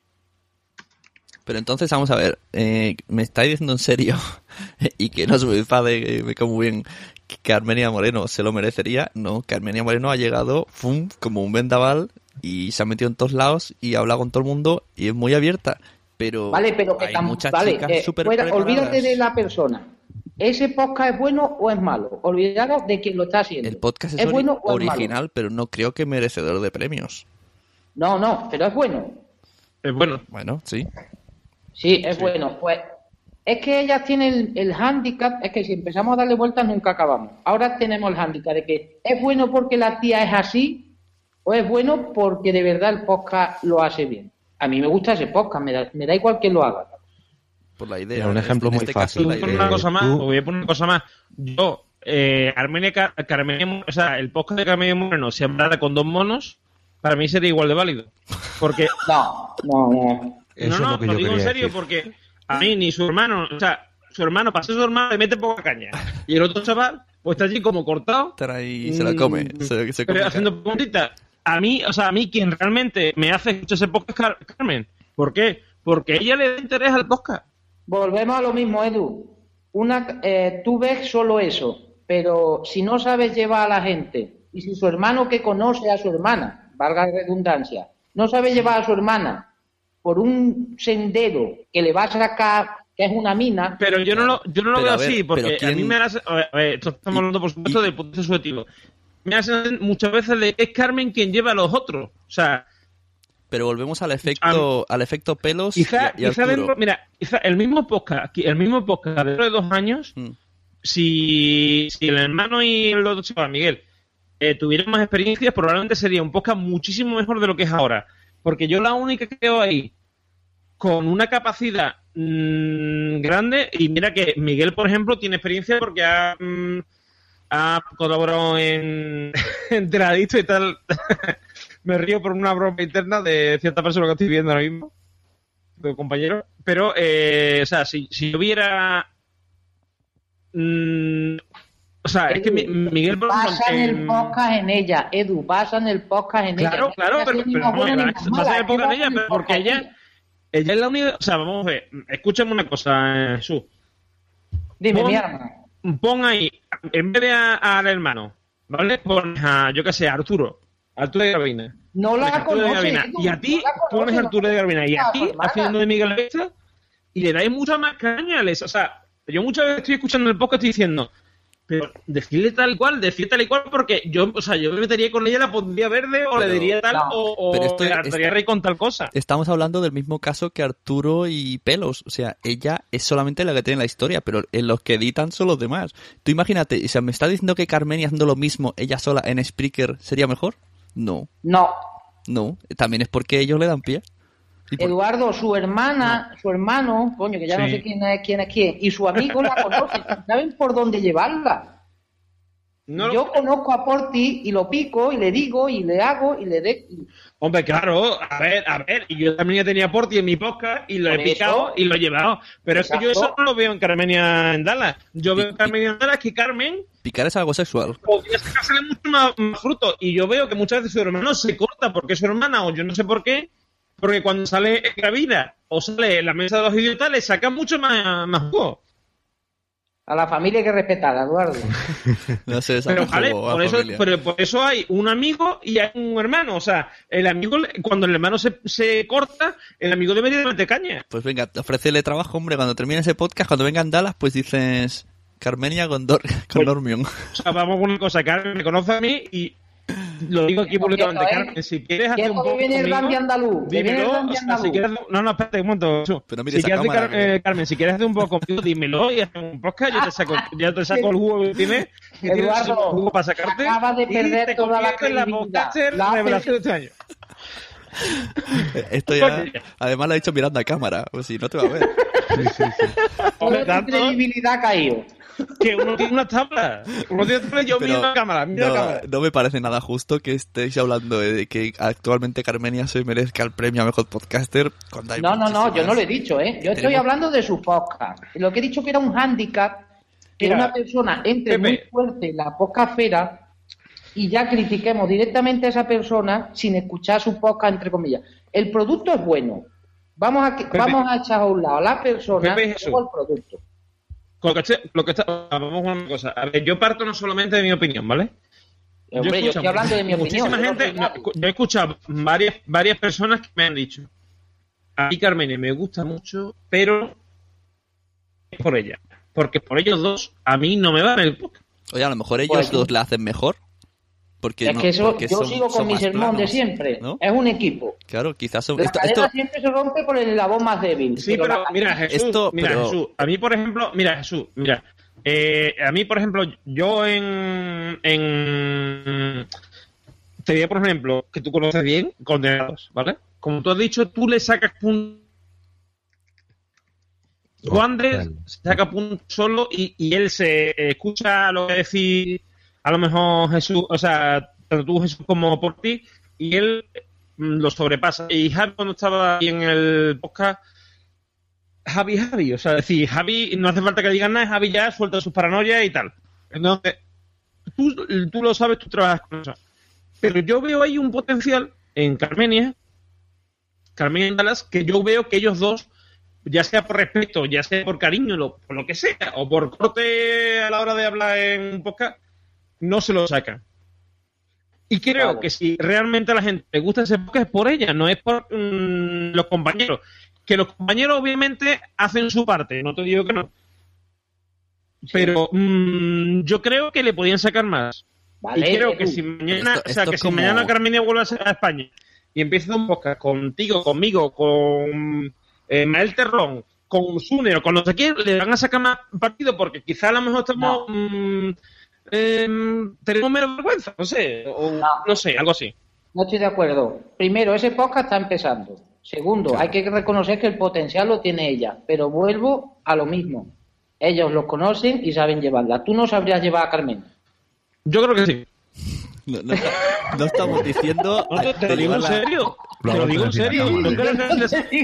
Pero entonces, vamos a ver, eh, me estáis diciendo en serio, y que no se me enfade, eh, me como bien, que Carmenia Moreno se lo merecería. No, Carmenia Moreno ha llegado, ¡fum!, como un vendaval, y se ha metido en todos lados, y ha hablado con todo el mundo, y es muy abierta. Pero Vale, pero que hay tam- muchas vale, chicas eh, súper fuera- preparadas. olvídate de la persona. ¿Ese podcast es bueno o es malo? Olvidaros de quien lo está haciendo. El podcast es, ¿Es ori- bueno o es malo? original, pero no creo que merecedor de premios. No, no, pero es bueno. Es bueno. Bueno, sí. Sí, es bueno. Pues es que ellas tienen el, el hándicap, es que si empezamos a darle vueltas nunca acabamos. Ahora tenemos el hándicap de que es bueno porque la tía es así o es bueno porque de verdad el podcast lo hace bien. A mí me gusta ese podcast, me da, me da igual que lo haga. Por la idea. Mira, un ejemplo En muy este fácil. caso, la Voy a poner idea- una cosa más, tú- voy a poner una cosa más. Yo, eh, Armenia, Car- Carmenia, Mo- o sea, el podcast de Carmenia Moreno, si hablara con dos monos, para mí sería igual de válido. Porque No, no, no. Eso no, es no, lo que lo yo digo en quería serio, decir. porque a mí ni su hermano, o sea, su hermano, para ser su hermano, le mete poca caña. Y el otro chaval, pues está allí como cortado. Estar ahí se la come. Mm, Se, se pero come haciendo preguntitas. A mí, o sea, a mí quien realmente me hace escuchar ese podcast es Car- Carmen. ¿Por qué? Porque ella le da interés al podcast. Volvemos a lo mismo, Edu. Una, eh, tú ves solo eso, pero si no sabes llevar a la gente, y si su hermano que conoce a su hermana, valga la redundancia, no sabe llevar a su hermana por un sendero que le va a sacar, que es una mina, Pero yo no lo, yo no lo Pero, veo a ver, así, porque pero ¿quién- a mí me hace... A ver, a ver, esto estamos Y- hablando, por supuesto, y- del punto de vista subjetivo. Me hace muchas veces de que es Carmen quien lleva a los otros. O sea, Pero volvemos al efecto, al efecto pelos y, quizá, a- y quizá Arturo. dentro, mira, quizá el mismo podcast, el mismo podcast dentro de dos años, Mm. si, si el hermano y el otro chaval, Miguel, eh, tuvieran más experiencias, probablemente sería un podcast muchísimo mejor de lo que es ahora. Porque yo la única que veo ahí con una capacidad mmm, grande, y mira que Miguel, por ejemplo, tiene experiencia porque ha, mmm, ha colaborado en, en Teradicto y tal. Me río por una broma interna de cierta persona que estoy viendo ahora mismo, de compañero. Pero, eh, o sea, si, si yo viera... Mmm, o sea, Edu, es que mi, Miguel... Basan el, el podcast en ella, Edu, basan el podcast en claro, ella. Claro, claro, pero, pero no, no, basan el podcast en ella, pero porque ella... Ella es la única... O sea, vamos a ver, escúchame una cosa, Jesús. Dime, pon, mi hermano. Pon ahí, en vez de al hermano, ¿vale? Pones a, yo qué sé, a Arturo. Arturo de Garbina. No la conoces. Y a ti no pones a Arturo de Garbina. Y a ti, haciendo de Miguel Vesta, y le dais mucha más caña. O sea, yo muchas veces estoy escuchando el podcast y diciendo... Pero decirle tal cual, decirle tal y cual, porque yo, o sea, yo me metería con ella, la pondría verde, o pero, le diría tal, no, o, o esto, le daría rey con tal cosa. Estamos hablando del mismo caso que Arturo y Pelos. O sea, ella es solamente la que tiene la historia, pero en los que editan son los demás. Tú imagínate, o sea, ¿me está diciendo que Carmenia haciendo lo mismo, ella sola en Spreaker, sería mejor? No. No. No, también es porque ellos le dan pie. Por... Eduardo, su hermana, no. su hermano, coño, que ya sí. no sé quién es quién es quién, y su amigo la conocen, saben por dónde llevarla. No Yo lo... conozco a Porti y lo pico y le digo y le hago y le de... Hombre, claro, a ver, a ver, y yo también tenía a Porti en mi podcast y lo por he picado eso, y lo he llevado, pero exacto. Es que yo eso no lo veo en Carmenia en Dallas. Yo veo en Carmenia en Dallas que Carmen... Picar es algo sexual. Podría sacársele mucho más, más fruto, y yo veo que muchas veces su hermano se corta porque es su hermana o yo no sé por qué. Porque cuando sale Gravina o sale la mesa de los idiotas, le saca mucho más, más jugo. A la familia hay que respetarla, Eduardo. No sé, pero, vale, por eso, pero por eso hay un amigo y hay un hermano. O sea, el amigo, cuando el hermano se, se corta, el amigo debería de meter caña. Pues venga, ofrécele trabajo, hombre. Cuando termine ese podcast, cuando vengan Dallas, pues dices Carmenia con, Dor con Dormion. O sea, vamos con una cosa. Carmen me conoce a mí y... Lo digo aquí públicamente, ¿eh? Carmen, si quieres hacer un poco viene el Randy andaluz, dímelo, o sea, si quieres, no, no, espérate un momento, pero mire si quieres cámara, hacer, eh, Carmen, si quieres hacer un poco conmigo, dímelo y hacer un podcast, yo te saco, ya te saco el jugo que tienes, que tienes el jugo para sacarte, acabas de perder y te toda la conviertes en la podcaster revelación de este año. Esto ya, además lo ha dicho mirando a cámara, pues si no te va a ver. Sí, sí, sí. Toda tu credibilidad ha caído. Que uno tiene una tabla. Uno tiene una tabla y yo miro la cámara. Miro no, la cámara. No me parece nada justo que estéis hablando de que actualmente Carmenia se merezca el premio a mejor podcaster. No, no, no, yo no lo he dicho, ¿eh? Yo Tenemos... estoy hablando de su podcast. Lo que he dicho que era un hándicap que Mira, una persona entre Pepe. muy fuerte en la podcastfera y ya critiquemos directamente a esa persona sin escuchar su podcast, entre comillas. El producto es bueno. Vamos a, vamos a echar a un lado a la persona y luego el producto. Lo que, está, lo que está, vamos a una cosa. A ver, yo parto no solamente de mi opinión, ¿vale? Hombre, yo, yo estoy hablando de mi muchísima opinión. Gente, no, yo he escuchado varias, varias personas que me han dicho: a mí Carmenia me gusta mucho, pero es por ella. Porque por ellos dos, a mí no me va en el podcast. Oye, a lo mejor ellos pues, dos la hacen mejor. Porque es no, que eso, porque yo son, sigo con mi sermón de siempre, ¿no? Es un equipo. Claro, quizás son, la esto, cadena esto... siempre se rompe por el eslabón más débil. Sí, pero, pero la... mira, Jesús, esto, mira, pero... Jesús, a mí, por ejemplo, mira, Jesús, mira, eh, a mí, por ejemplo, yo en, en te diría, por ejemplo, que tú conoces bien, Condenados, ¿vale? Como tú has dicho, tú le sacas punto. Juan Andrés saca punto solo y, y él se escucha lo que decir a lo mejor Jesús, o sea, tanto tú Jesús como por ti, y él lo sobrepasa. Y Javi, cuando estaba ahí en el podcast, Javi, Javi, o sea, decir, Javi, no hace falta que digan nada, Javi ya suelta sus paranoias y tal. Entonces, tú, tú lo sabes, tú trabajas con eso. Pero yo veo ahí un potencial en Carmenia, Carmenia y Dallas, que yo veo que ellos dos, ya sea por respeto, ya sea por cariño, lo, por lo que sea, o por corte a la hora de hablar en un podcast, no se lo sacan. Y creo claro. que si realmente a la gente le gusta ese podcast es por ella, no es por mmm, los compañeros. Que los compañeros obviamente hacen su parte, no te digo que no. Sí. Pero mmm, yo creo que le podían sacar más. Vale, y creo que si mañana, esto, o sea, que si como... mañana Carmenia vuelve a España y empieza un podcast contigo, conmigo, con eh, Mael Terrón, con Sune o con no sé quién, le van a sacar más partido porque quizá a lo mejor estamos... No. Mmm, eh, tenemos menos vergüenza, no sé, o No. no sé, algo así. No estoy de acuerdo. Primero, ese podcast está empezando. Segundo, Claro. hay que reconocer que el potencial lo tiene ella. Pero vuelvo a lo mismo. Ellos lo conocen y saben llevarla. Tú no sabrías llevar a Carmen. Yo creo que sí. No, no está- no estamos diciendo... No, te, te lo digo en llevarla- serio. Lo Te lo hago digo en con serio. el No creo que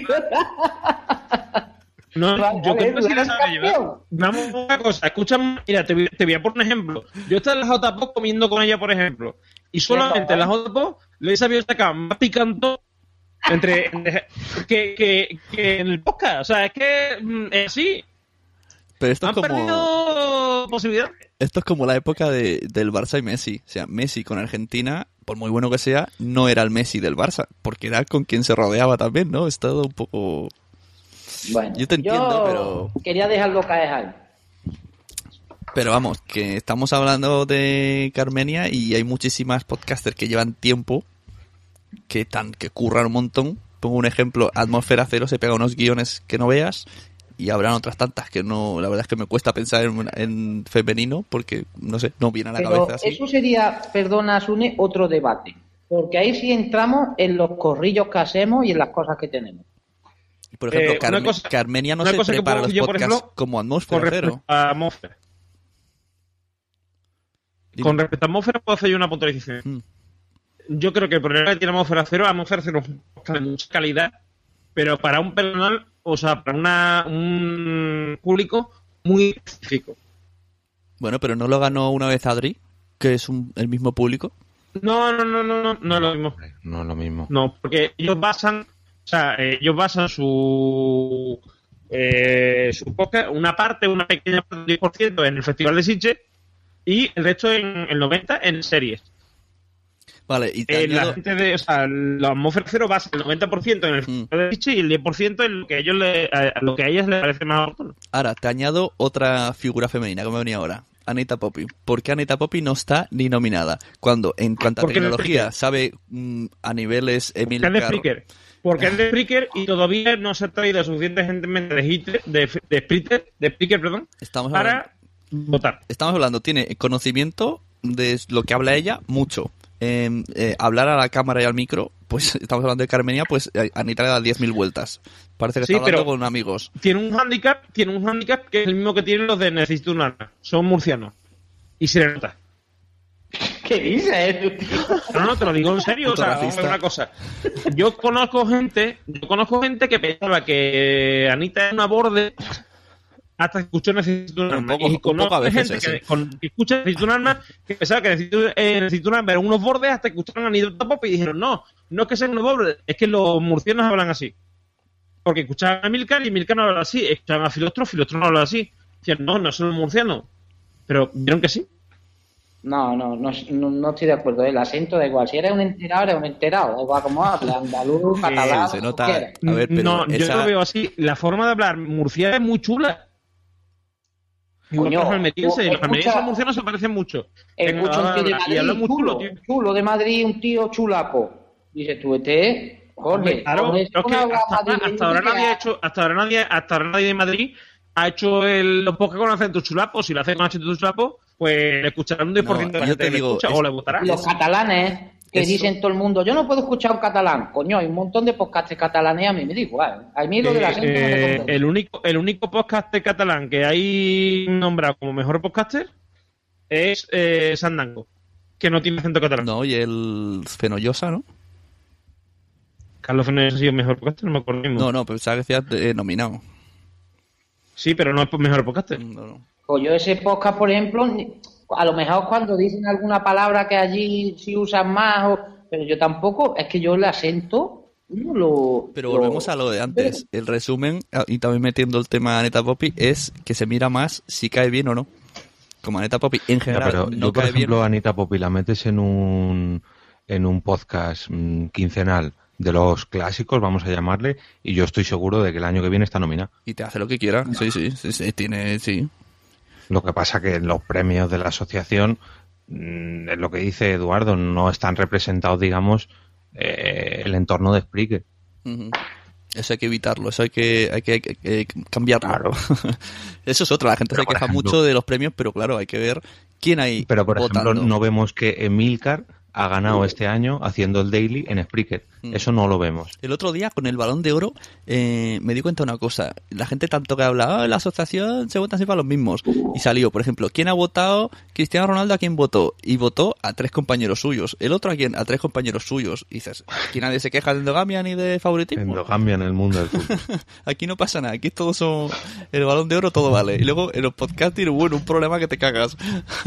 No, Vale, yo vale, creo que sí la gran sabe llevar. campeón. Vamos a una cosa, escúchame, mira, te voy, te voy a poner un ejemplo. Yo estaba en la J-Pop comiendo con ella, por ejemplo, y solamente en la J-Pop le he sabido sacar más picante entre, entre- que, que, que en el podcast. O sea, es que mm, es así. Pero esto es Han como... perdido posibilidad. Esto es como la época de, del Barça y Messi. O sea, Messi con Argentina, por muy bueno que sea, no era el Messi del Barça, porque era con quien se rodeaba también, ¿no? Es todo un poco... Bueno, Yo te entiendo, yo pero- quería dejarlo caer ahí. Pero vamos, que estamos hablando de Carmenia y hay muchísimas podcasters que llevan tiempo, que tan que curran un montón. Pongo un ejemplo, Atmósfera Cero se pega unos guiones que no veas, y habrán otras tantas que no, la verdad es que me cuesta pensar en, en femenino, porque, no sé, no viene a la Pero cabeza así. eso sería, perdona, Sune, otro debate. Porque ahí sí entramos en los corrillos que hacemos y en las cosas que tenemos. Por ejemplo, Eh, una Carme- cosa- Carmenia no una se cosa que prepara puedo los decir yo, por podcasts ejemplo, como Con Atmósfera respecto Cero. a Atmósfera. Dime. Con respecto a Atmósfera puedo hacer yo una puntualización. Mm. Yo creo que el problema que tiene Atmósfera Cero, Atmósfera Cero es un podcast de mucha calidad, pero para un personal, o sea, para una, un público muy específico. Bueno, pero no lo ganó una vez Adri, que es un- el mismo público. No, no, no, no, no, no es lo mismo. No es lo mismo. No, porque ellos basan, o sea, eh, ellos basan su, eh, su podcast, una parte, una pequeña parte del diez por ciento en el Festival de Sitges y el resto en el noventa por ciento en series. Vale, y te Eh, la añado- gente de, o sea, la Atmósfera Cero basa el noventa por ciento en el Mm. Festival de Sitges y el diez por ciento en lo que a ellos le, a, a lo que a ellas les parece más oportuno. Ahora, te añado otra figura femenina que me venía ahora. Anita Poppy. ¿Por qué Anita Poppy no está ni nominada? Cuando en cuanto a Porque no es tecnología Spreaker. sabe mm, a niveles Emil Que es de Carr- Spreaker. Porque es de Spreaker y todavía no se ha traído suficientemente de Hitler, de, de Spreaker, de Spreaker, perdón, Estamos hablando, para votar. estamos hablando, tiene conocimiento de lo que habla ella, mucho. Eh, eh, hablar a la cámara y al micro, pues estamos hablando de Carmenia, pues eh, Anita le da diez mil vueltas. Parece que Sí, está hablando pero- con amigos. Tiene un handicap, tiene un handicap que es el mismo que tienen los de Necesito un arma. Son murcianos. Y se le nota. ¿Qué dices? No, no, te lo digo en serio. O Puto sea, vamos a racista. ver una cosa. Yo conozco gente, yo conozco gente que pensaba que Anita era una borde hasta que escuchó Necesito un Un arma. poco- y un poco conozco a veces, gente sí. que, con- que escucha Necesito un arma que pensaba que Necesito, eh, Necesito un arma eran unos bordes hasta que escucharon a Anita Pop y dijeron, no, no es que sean unos bordes, es que los murcianos hablan así. Porque escuchaban a Milcar y Milcar no habla así, escuchaban a Filostro, Filostro no habla así. Decían, no, no son los murcianos. Pero vieron que sí. No, no, no, no, no estoy de acuerdo. El acento da igual. Si eres un enterado, eres un enterado. Da igual cómo habla, andaluz, catalán, se lo nota. que quieras. A ver, pero no, yo esa- lo veo así. La forma de hablar murciana es muy chula. Coño, los almerienses, tú los almerienses escucha- murcianos se parecen mucho. Escucha un tío de Y Madrid, habla muy chulo, chulo, tío. chulo de Madrid, un tío chulapo. Dices tú, este, Jorge, Claro, Jorge, pero es que ¿cómo habla hasta, madrileño hasta ahora que nadie ha ha- hecho, hasta ahora nadie, hasta ahora nadie de Madrid ha hecho el, los podcasts con acento chulapo. Si lo hace con acento chulapo, pues le escucharán un diez por ciento No, de la yo gente te que le digo, escucha es- o le votará. Los catalanes que Eso. dicen todo el mundo, yo no puedo escuchar un catalán. Coño, hay un montón de podcasts catalanes, a mí me da igual. A mí lo del Eh, acento no me eh, convence. el único el único podcaster catalán que hay nombrado como mejor podcaster es eh, Sandango, que no tiene acento catalán. No, y el Fenollosa, ¿no? Carlos Fernández ha sido mejor podcaster, no me acuerdo mismo. No, no, pensaba que decías eh, nominado. Sí, pero no es mejor podcaster. No, no. Pues yo ese podcast, por ejemplo, ni- a lo mejor cuando dicen alguna palabra que allí sí usan más, o- pero yo tampoco, es que yo el acento no lo... Pero lo- volvemos a lo de antes. El resumen, ah, y también metiendo el tema de Aneta Poppy, es que se mira más si cae bien o no. Como Aneta Poppy en Ya, general pero no yo, por cae ejemplo, bien. Anita Poppy la metes en un, en un podcast mm, quincenal de los clásicos, vamos a llamarle, y yo estoy seguro de que el año que viene está nominada. Y te hace lo que quiera. Sí, sí, sí, sí, tiene, sí. Lo que pasa que en los premios de la asociación, mm, es lo que dice Eduardo, no están representados, digamos, eh, el entorno de Spreaker. Ujú. Eso hay que evitarlo, eso hay que, hay que, hay que- hay que cambiarlo. Claro. Eso es otra, la gente Pero, se por queja ejemplo- mucho de los premios, pero claro, hay que ver ¿Quién hay Pero, por votando? ejemplo, no vemos que Emilcar ha ganado este año haciendo el daily en Spreaker. Mm. Eso no lo vemos. El otro día, con el Balón de Oro, eh, me di cuenta de una cosa. La gente tanto que habla, oh, la asociación se vota siempre a los mismos. Y salió, por ejemplo, ¿quién ha votado? Cristiano Ronaldo, ¿a quién votó? Y votó a tres compañeros suyos. El otro, ¿a quién? A tres compañeros suyos. Y dices, aquí nadie se queja de endogamia ni de favoritismo. Endogamia en el mundo del fútbol. Aquí no pasa nada. Aquí todos son... El Balón de Oro todo vale. Y luego en los podcasting, bueno, un problema que te cagas.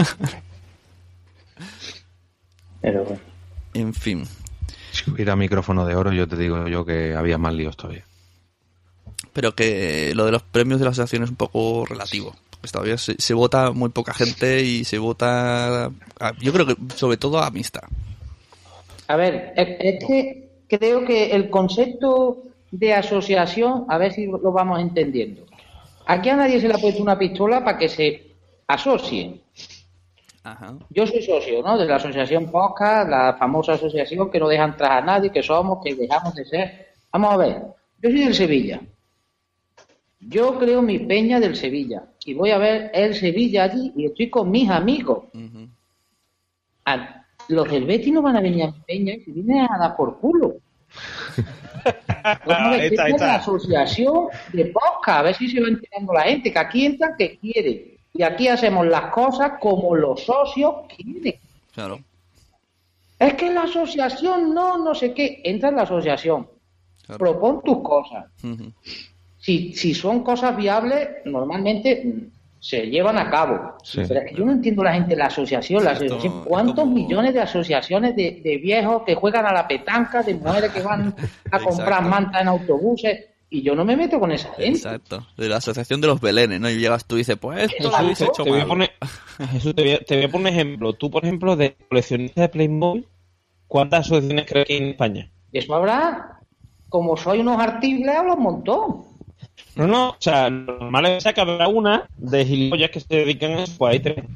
Pero bueno. En fin. Si hubiera micrófono de oro, yo te digo yo que había más líos todavía. Pero que lo de los premios de la asociación es un poco relativo. Pues todavía se, se vota muy poca gente y se vota, a, yo creo que sobre todo a amistad. A ver, es, es que creo que el concepto de asociación, a ver si lo vamos entendiendo. Aquí a nadie se le ha puesto una pistola para que se asocie. Ajá. Yo soy socio, ¿no? De la asociación Podcast, la famosa asociación que no deja entrar a nadie, que somos, que dejamos de ser. Vamos a ver, yo soy del Sevilla. Yo creo mi peña del Sevilla. Y voy a ver el Sevilla allí y estoy con mis amigos. Uh-huh. A, los del Betis no van a venir a mi peña y se vienen a dar por culo. Vamos a ver, esta, esta. La asociación de Podcast, a ver si se va enterando la gente, que aquí entra que quiere. Y aquí hacemos las cosas como los socios quieren. Claro. Es que la asociación no, no sé qué. Entra en la asociación. Claro. Propon tus cosas. Uh-huh. Si, si son cosas viables, normalmente se llevan a cabo. Sí. Pero yo no entiendo la gente de la asociación. La asociación Esto, ¿cuántos como... millones de asociaciones de, de viejos que juegan a la petanca, de mujeres que van a comprar mantas en autobuses? Y yo no me meto con esa gente. Exacto. De la asociación de los belenes, ¿no? Y llegas tú y dices, pues esto lo habéis hecho te voy mal. A poner, Jesús, te voy, a, te voy a poner un ejemplo. Tú, por ejemplo, de coleccionistas de Playmobil, ¿cuántas asociaciones crees que hay en España? Eso habrá. Como soy unos artibles, hablo un montón. No, no. O sea, lo normal es que habrá una de gilipollas que se dedican a eso, pues hay tres.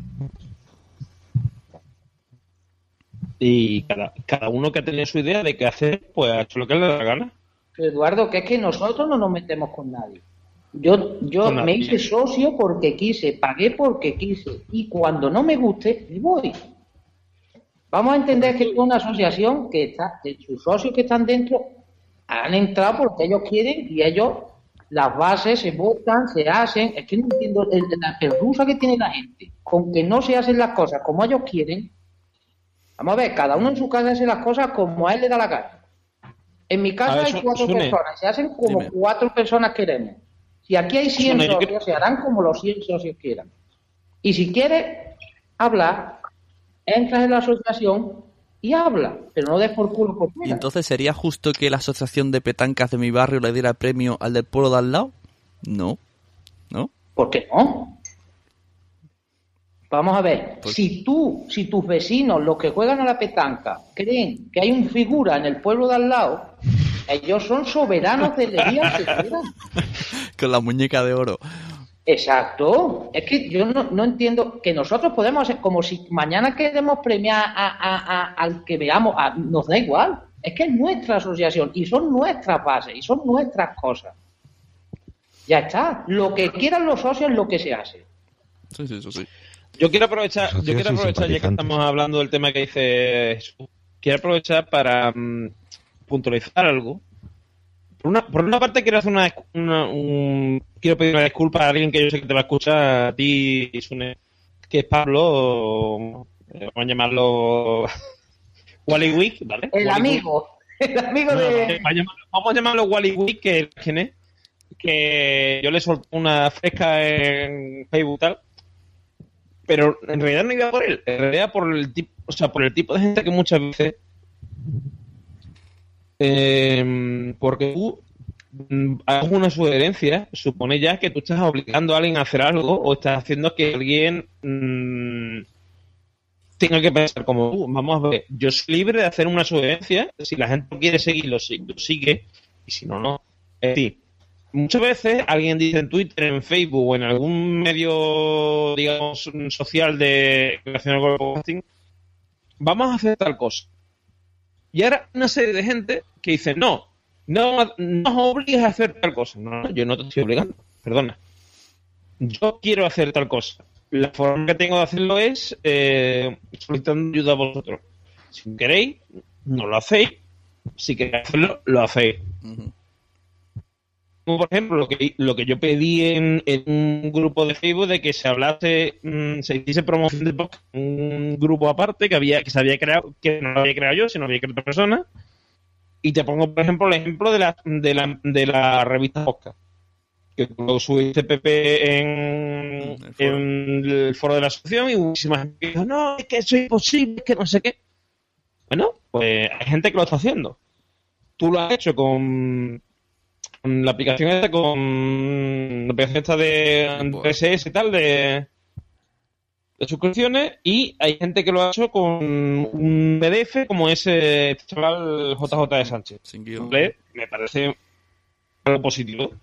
Y cada, cada uno que ha tenido su idea de qué hacer, pues ha hecho lo que le da la gana. Eduardo, que es que nosotros no nos metemos con nadie. Yo yo con me nadie. hice socio porque quise, pagué porque quise, y cuando no me guste, me voy. Vamos a entender que es una asociación que está, que sus socios que están dentro han entrado porque ellos quieren y ellos, las bases se votan, se hacen. Es que no entiendo el, la perrusa que tiene la gente con que no se hacen las cosas como ellos quieren. Vamos a ver, cada uno en su casa hace las cosas como a él le da la gana. En mi casa ver, hay cuatro Sune. personas, se hacen como Dime. cuatro personas queremos. Si aquí hay cien Sune, socios, que... se harán como los cien socios quieran. Y si quieres hablar, entras en la asociación y habla, pero no des por culo por fuera. ¿Y entonces sería justo que la asociación de petancas de mi barrio le diera premio al del pueblo de al lado? No. ¿No? ¿Por qué no? Vamos a ver, pues... si tú, si tus vecinos, los que juegan a la petanca, creen que hay un figura en el pueblo de al lado, ellos son soberanos de elegir al que quieran. Con la muñeca de oro. Exacto. Es que yo no, no entiendo que nosotros podemos hacer como si mañana queremos premiar a, a, a, al que veamos, a, nos da igual. Es que es nuestra asociación y son nuestras bases y son nuestras cosas. Ya está. Lo que quieran los socios es lo que se hace. Sí, sí, eso sí. Yo quiero aprovechar, yo quiero aprovechar ya que estamos hablando del tema que dice Jesús, quiero aprovechar para um, puntualizar algo. Por una, por una parte quiero hacer una, una un, quiero pedir una disculpa a alguien que yo sé que te va a escuchar, a ti, Sune, que es Pablo, o, eh, vamos a llamarlo Wally Wick, ¿vale? El Wally amigo, Wick. el amigo no, de... Vamos a llamarlo, vamos a llamarlo Wally Wick, que ¿quién es? Que yo le solté una fresca en Facebook tal. Pero en realidad no iba por él, en realidad por el tipo, o sea, por el tipo de gente que muchas veces eh, porque tú mm, hagas una sugerencia, supone ya que tú estás obligando a alguien a hacer algo o estás haciendo que alguien mmm, tenga que pensar como tú. Vamos a ver, yo soy libre de hacer una sugerencia, si la gente quiere seguirlo, lo sigue, y si no, no. Es decir, muchas veces alguien dice en Twitter, en Facebook o en algún medio, digamos, social de relacionado con el podcasting, vamos a hacer tal cosa. Y ahora una serie de gente que dice, no, no, no os obligues a hacer tal cosa. No, no, yo no te estoy obligando, perdona. Yo quiero hacer tal cosa. la forma que tengo de hacerlo es eh, solicitando ayuda a vosotros. Si queréis, no lo hacéis. Si queréis hacerlo, lo hacéis. Uh-huh. Como por ejemplo, lo que, lo que yo pedí en, en un grupo de Facebook de que se hablase, mmm, se hiciese promoción de podcast, un grupo aparte que había que se había creado, que no lo había creado yo, sino había creado otra persona. Y te pongo, por ejemplo, el ejemplo de la, de la, de la revista Podcast. Que lo subiste, Pepe, en el, en el foro de la asociación y muchísima gente que dijo, no, es que eso es imposible, es que no sé qué. Bueno, pues hay gente que lo está haciendo. Tú lo has hecho con, con la aplicación esta, con la aplicación esta de R S S y tal, de, de suscripciones, y hay gente que lo ha hecho con un P D F como ese chaval J J de Sánchez. Sin guión. Me parece algo positivo.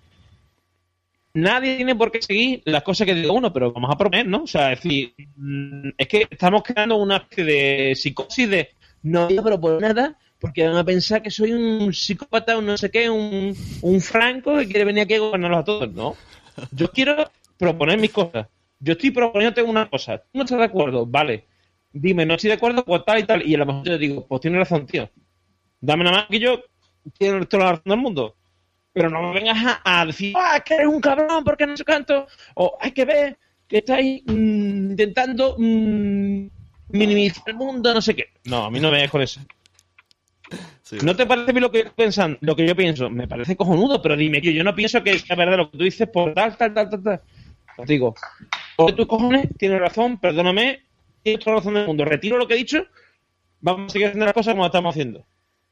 Nadie tiene por qué seguir las cosas que diga uno, pero vamos a proponer, ¿no? O sea, es decir, es que estamos creando una especie de psicosis de no voy a proponer nada porque van a pensar que soy un psicópata, un no sé qué, un, un franco que quiere venir aquí a gobernarlos a todos, ¿no? Yo quiero proponer mis cosas. Yo estoy proponiéndote una cosa. ¿Tú no estás de acuerdo? Vale. Dime, no estoy de acuerdo, pues tal y tal. Y a lo mejor yo te digo, pues tienes razón, tío. Dame nada más que yo tiene toda la razón del mundo. Pero no me vengas a, a decir, ah, que eres un cabrón porque no sé cuánto, o hay que ver que estáis mmm, intentando mmm, minimizar el mundo, no sé qué. No, a mí no me vengas con eso. Sí. ¿No te parece bien lo que, piensan, lo que yo pienso? Me parece cojonudo, pero dime, tío, yo no pienso que sea verdad lo que tú dices por tal, tal, tal, tal, tal. Os digo, por tus cojones, tienes razón, perdóname, tienes toda la razón del mundo. Retiro lo que he dicho, vamos a seguir haciendo las cosas como las estamos haciendo.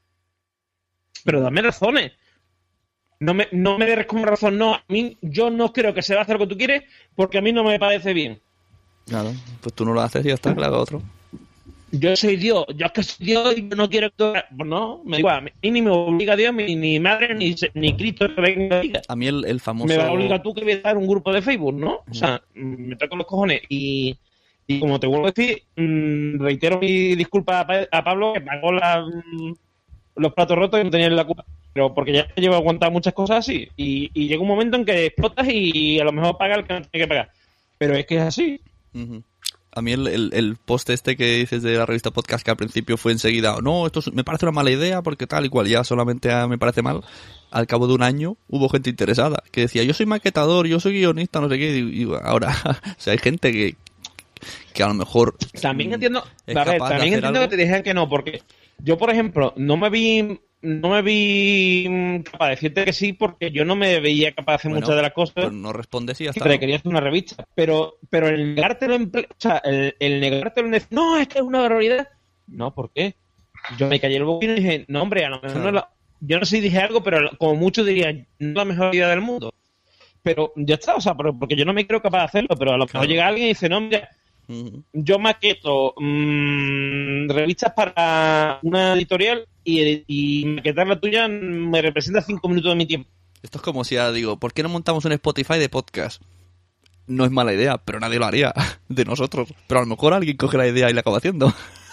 Pero dame razones. No me, no me des como razón, no, a mí yo no creo que se va a hacer lo que tú quieres porque a mí no me parece bien. Claro, pues tú no lo haces y ya está, claro, otro. Yo soy Dios, yo es que soy Dios y yo no quiero que tú... Pues no, me digo, a mí ni me obliga Dios, ni, ni madre, ni, ni Cristo que venga a diga. A mí el, el famoso... Me va a obligar tú que voy a dar un grupo de Facebook, ¿no? O sea, me toco los cojones y, y como te vuelvo a decir, mmm, reitero mi disculpa a, a Pablo que pagó la, mmm, los platos rotos y no tenía la culpa. Pero porque ya llevo a aguantar muchas cosas así. Y, y llega un momento en que explotas y a lo mejor paga el que no tiene que pagar. Pero es que es así. Uh-huh. A mí el, el, el post este que dices de la revista Podcast, que al principio fue enseguida, oh, no, esto es, me parece una mala idea porque tal y cual, ya solamente a, me parece mal. Al cabo de un año hubo gente interesada que decía, yo soy maquetador, yo soy guionista, no sé qué. Y, y ahora, o sea, hay gente que, que a lo mejor... También entiendo, a ver, también entiendo algo. Que te dijeran que no, porque yo, por ejemplo, no me vi... No me vi capaz de decirte que sí porque yo no me veía capaz de hacer bueno, muchas de las cosas. Pues no respondes y ya está. Pero quería hacer una revista. Pero, pero el negártelo en ple... o sea, el, el negártelo en decir, no, es que es una barbaridad. No, ¿por qué? Yo me callé el boquín y dije, no, hombre, a lo mejor claro. no es la... Yo no sé si dije algo, pero como muchos dirían, no es la mejor idea del mundo. Pero ya está, o sea, porque yo no me creo capaz de hacerlo, pero a lo mejor claro. llega alguien y dice, no, mira, uh-huh. yo maqueto mmm, revistas para una editorial y, y maquetar la tuya me representa cinco minutos de mi tiempo. Esto es como si ahora digo, ¿por qué no montamos un Spotify de podcast? No es mala idea, pero nadie lo haría de nosotros. Pero a lo mejor alguien coge la idea y la acaba haciendo.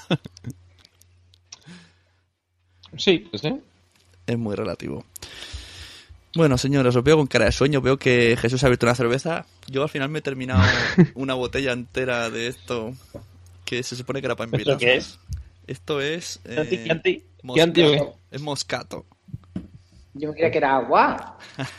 Sí, pues sí. Es muy relativo. Bueno, señores, os veo con cara de sueño. Veo que Jesús ha abierto una cerveza. Yo al final me he terminado una botella entera de esto que se supone que era para invitar. ¿Esto qué es? Esto es... Eh, ¿Qué anti? ¿Qué moscato. anti? Es moscato. Yo creía que era agua.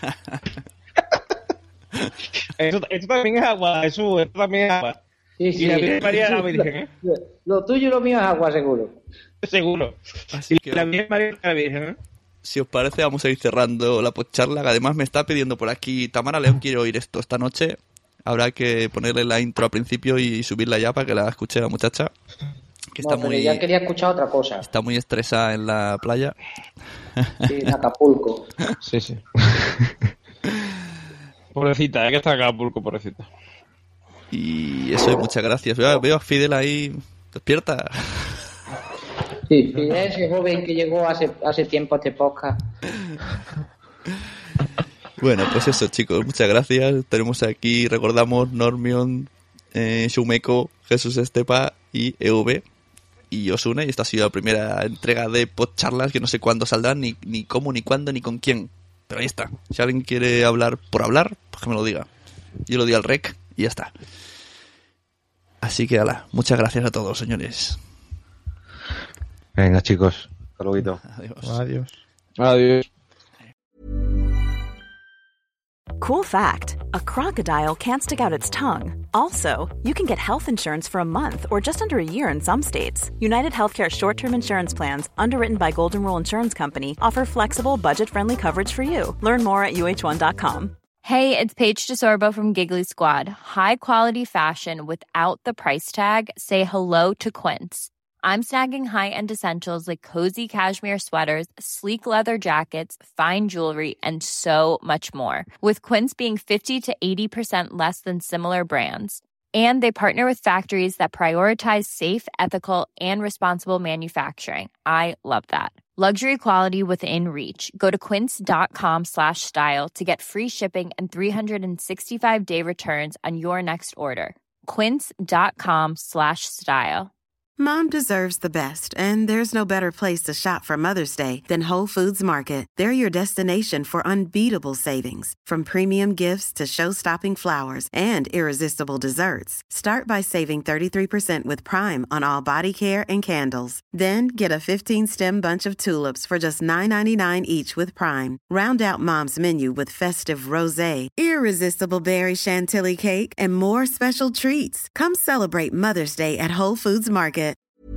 Esto, esto también es agua, Jesús. Esto también es agua. Sí, sí. Y la Virgen María la Virgen, ¿eh? Lo tuyo y lo mío es agua, seguro. Seguro. Así y que... la Virgen María la Virgen, ¿eh? Si os parece, vamos a ir cerrando la podcharla, que además me está pidiendo por aquí Tamara León, quiero oír esto esta noche. Habrá que ponerle la intro al principio y subirla ya para que la escuche la muchacha. Que no, está pero muy, ya quería escuchar otra cosa. Está muy estresada en la playa. Sí, en Acapulco. Sí, sí. Pobrecita, hay que estar en Acapulco, pobrecita. Y eso es, muchas gracias. Veo, veo a Fidel ahí, despierta. Sí, Fidel, ese joven que llegó hace, hace tiempo a este podcast. Bueno, pues eso, chicos, muchas gracias. Tenemos aquí, recordamos, Normion, eh, Shumeko, Jesús Estepa y E V y Osune. Y esta ha sido la primera entrega de podcharlas, que no sé cuándo saldrán, ni, ni cómo, ni cuándo, ni con quién. Pero ahí está. Si alguien quiere hablar por hablar, pues que me lo diga. Yo lo di al rec y ya está. Así que, ala, muchas gracias a todos, señores. Venga, chicos. Hasta luego. Adiós. Adiós. Adiós. Cool fact, a crocodile can't stick out its tongue. Also, you can get health insurance for a month or just under a year in some states. United Healthcare short-term insurance plans, underwritten by Golden Rule Insurance Company, offer flexible, budget-friendly coverage for you. Learn more at U H one dot com. Hey, it's Paige DeSorbo from Giggly Squad. High quality fashion without the price tag. Say hello to Quince. I'm snagging high-end essentials like cozy cashmere sweaters, sleek leather jackets, fine jewelry, and so much more. With Quince being fifty to eighty percent less than similar brands. And they partner with factories that prioritize safe, ethical, and responsible manufacturing. I love that. Luxury quality within reach. Go to quince.com slash style to get free shipping and three sixty-five day returns on your next order. Quince.com slash style. Mom deserves the best, and there's no better place to shop for Mother's Day than Whole Foods Market. They're your destination for unbeatable savings, from premium gifts to show-stopping flowers and irresistible desserts. Start by saving thirty-three percent with Prime on all body care and candles. Then get a fifteen-stem bunch of tulips for just nine ninety-nine each with Prime. Round out Mom's menu with festive rosé, irresistible berry chantilly cake, and more special treats. Come celebrate Mother's Day at Whole Foods Market.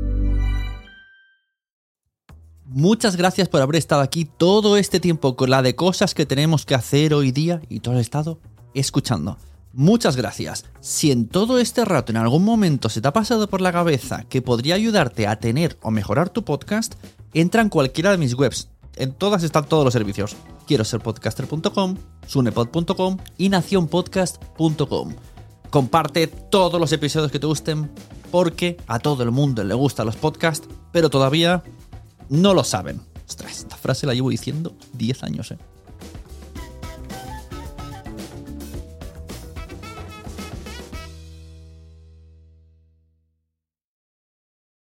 Muchas gracias por haber estado aquí todo este tiempo con la de cosas que tenemos que hacer hoy día y todo el estado escuchando. Muchas gracias. Si en todo este rato en algún momento se te ha pasado por la cabeza que podría ayudarte a tener o mejorar tu podcast, entra en cualquiera de mis webs. En todas están todos los servicios. quiero ser podcaster punto com, sunepod punto com y nación podcast punto com. Comparte todos los episodios que te gusten porque a todo el mundo le gustan los podcasts, pero todavía no lo saben. Ostras, esta frase la llevo diciendo diez años, ¿eh?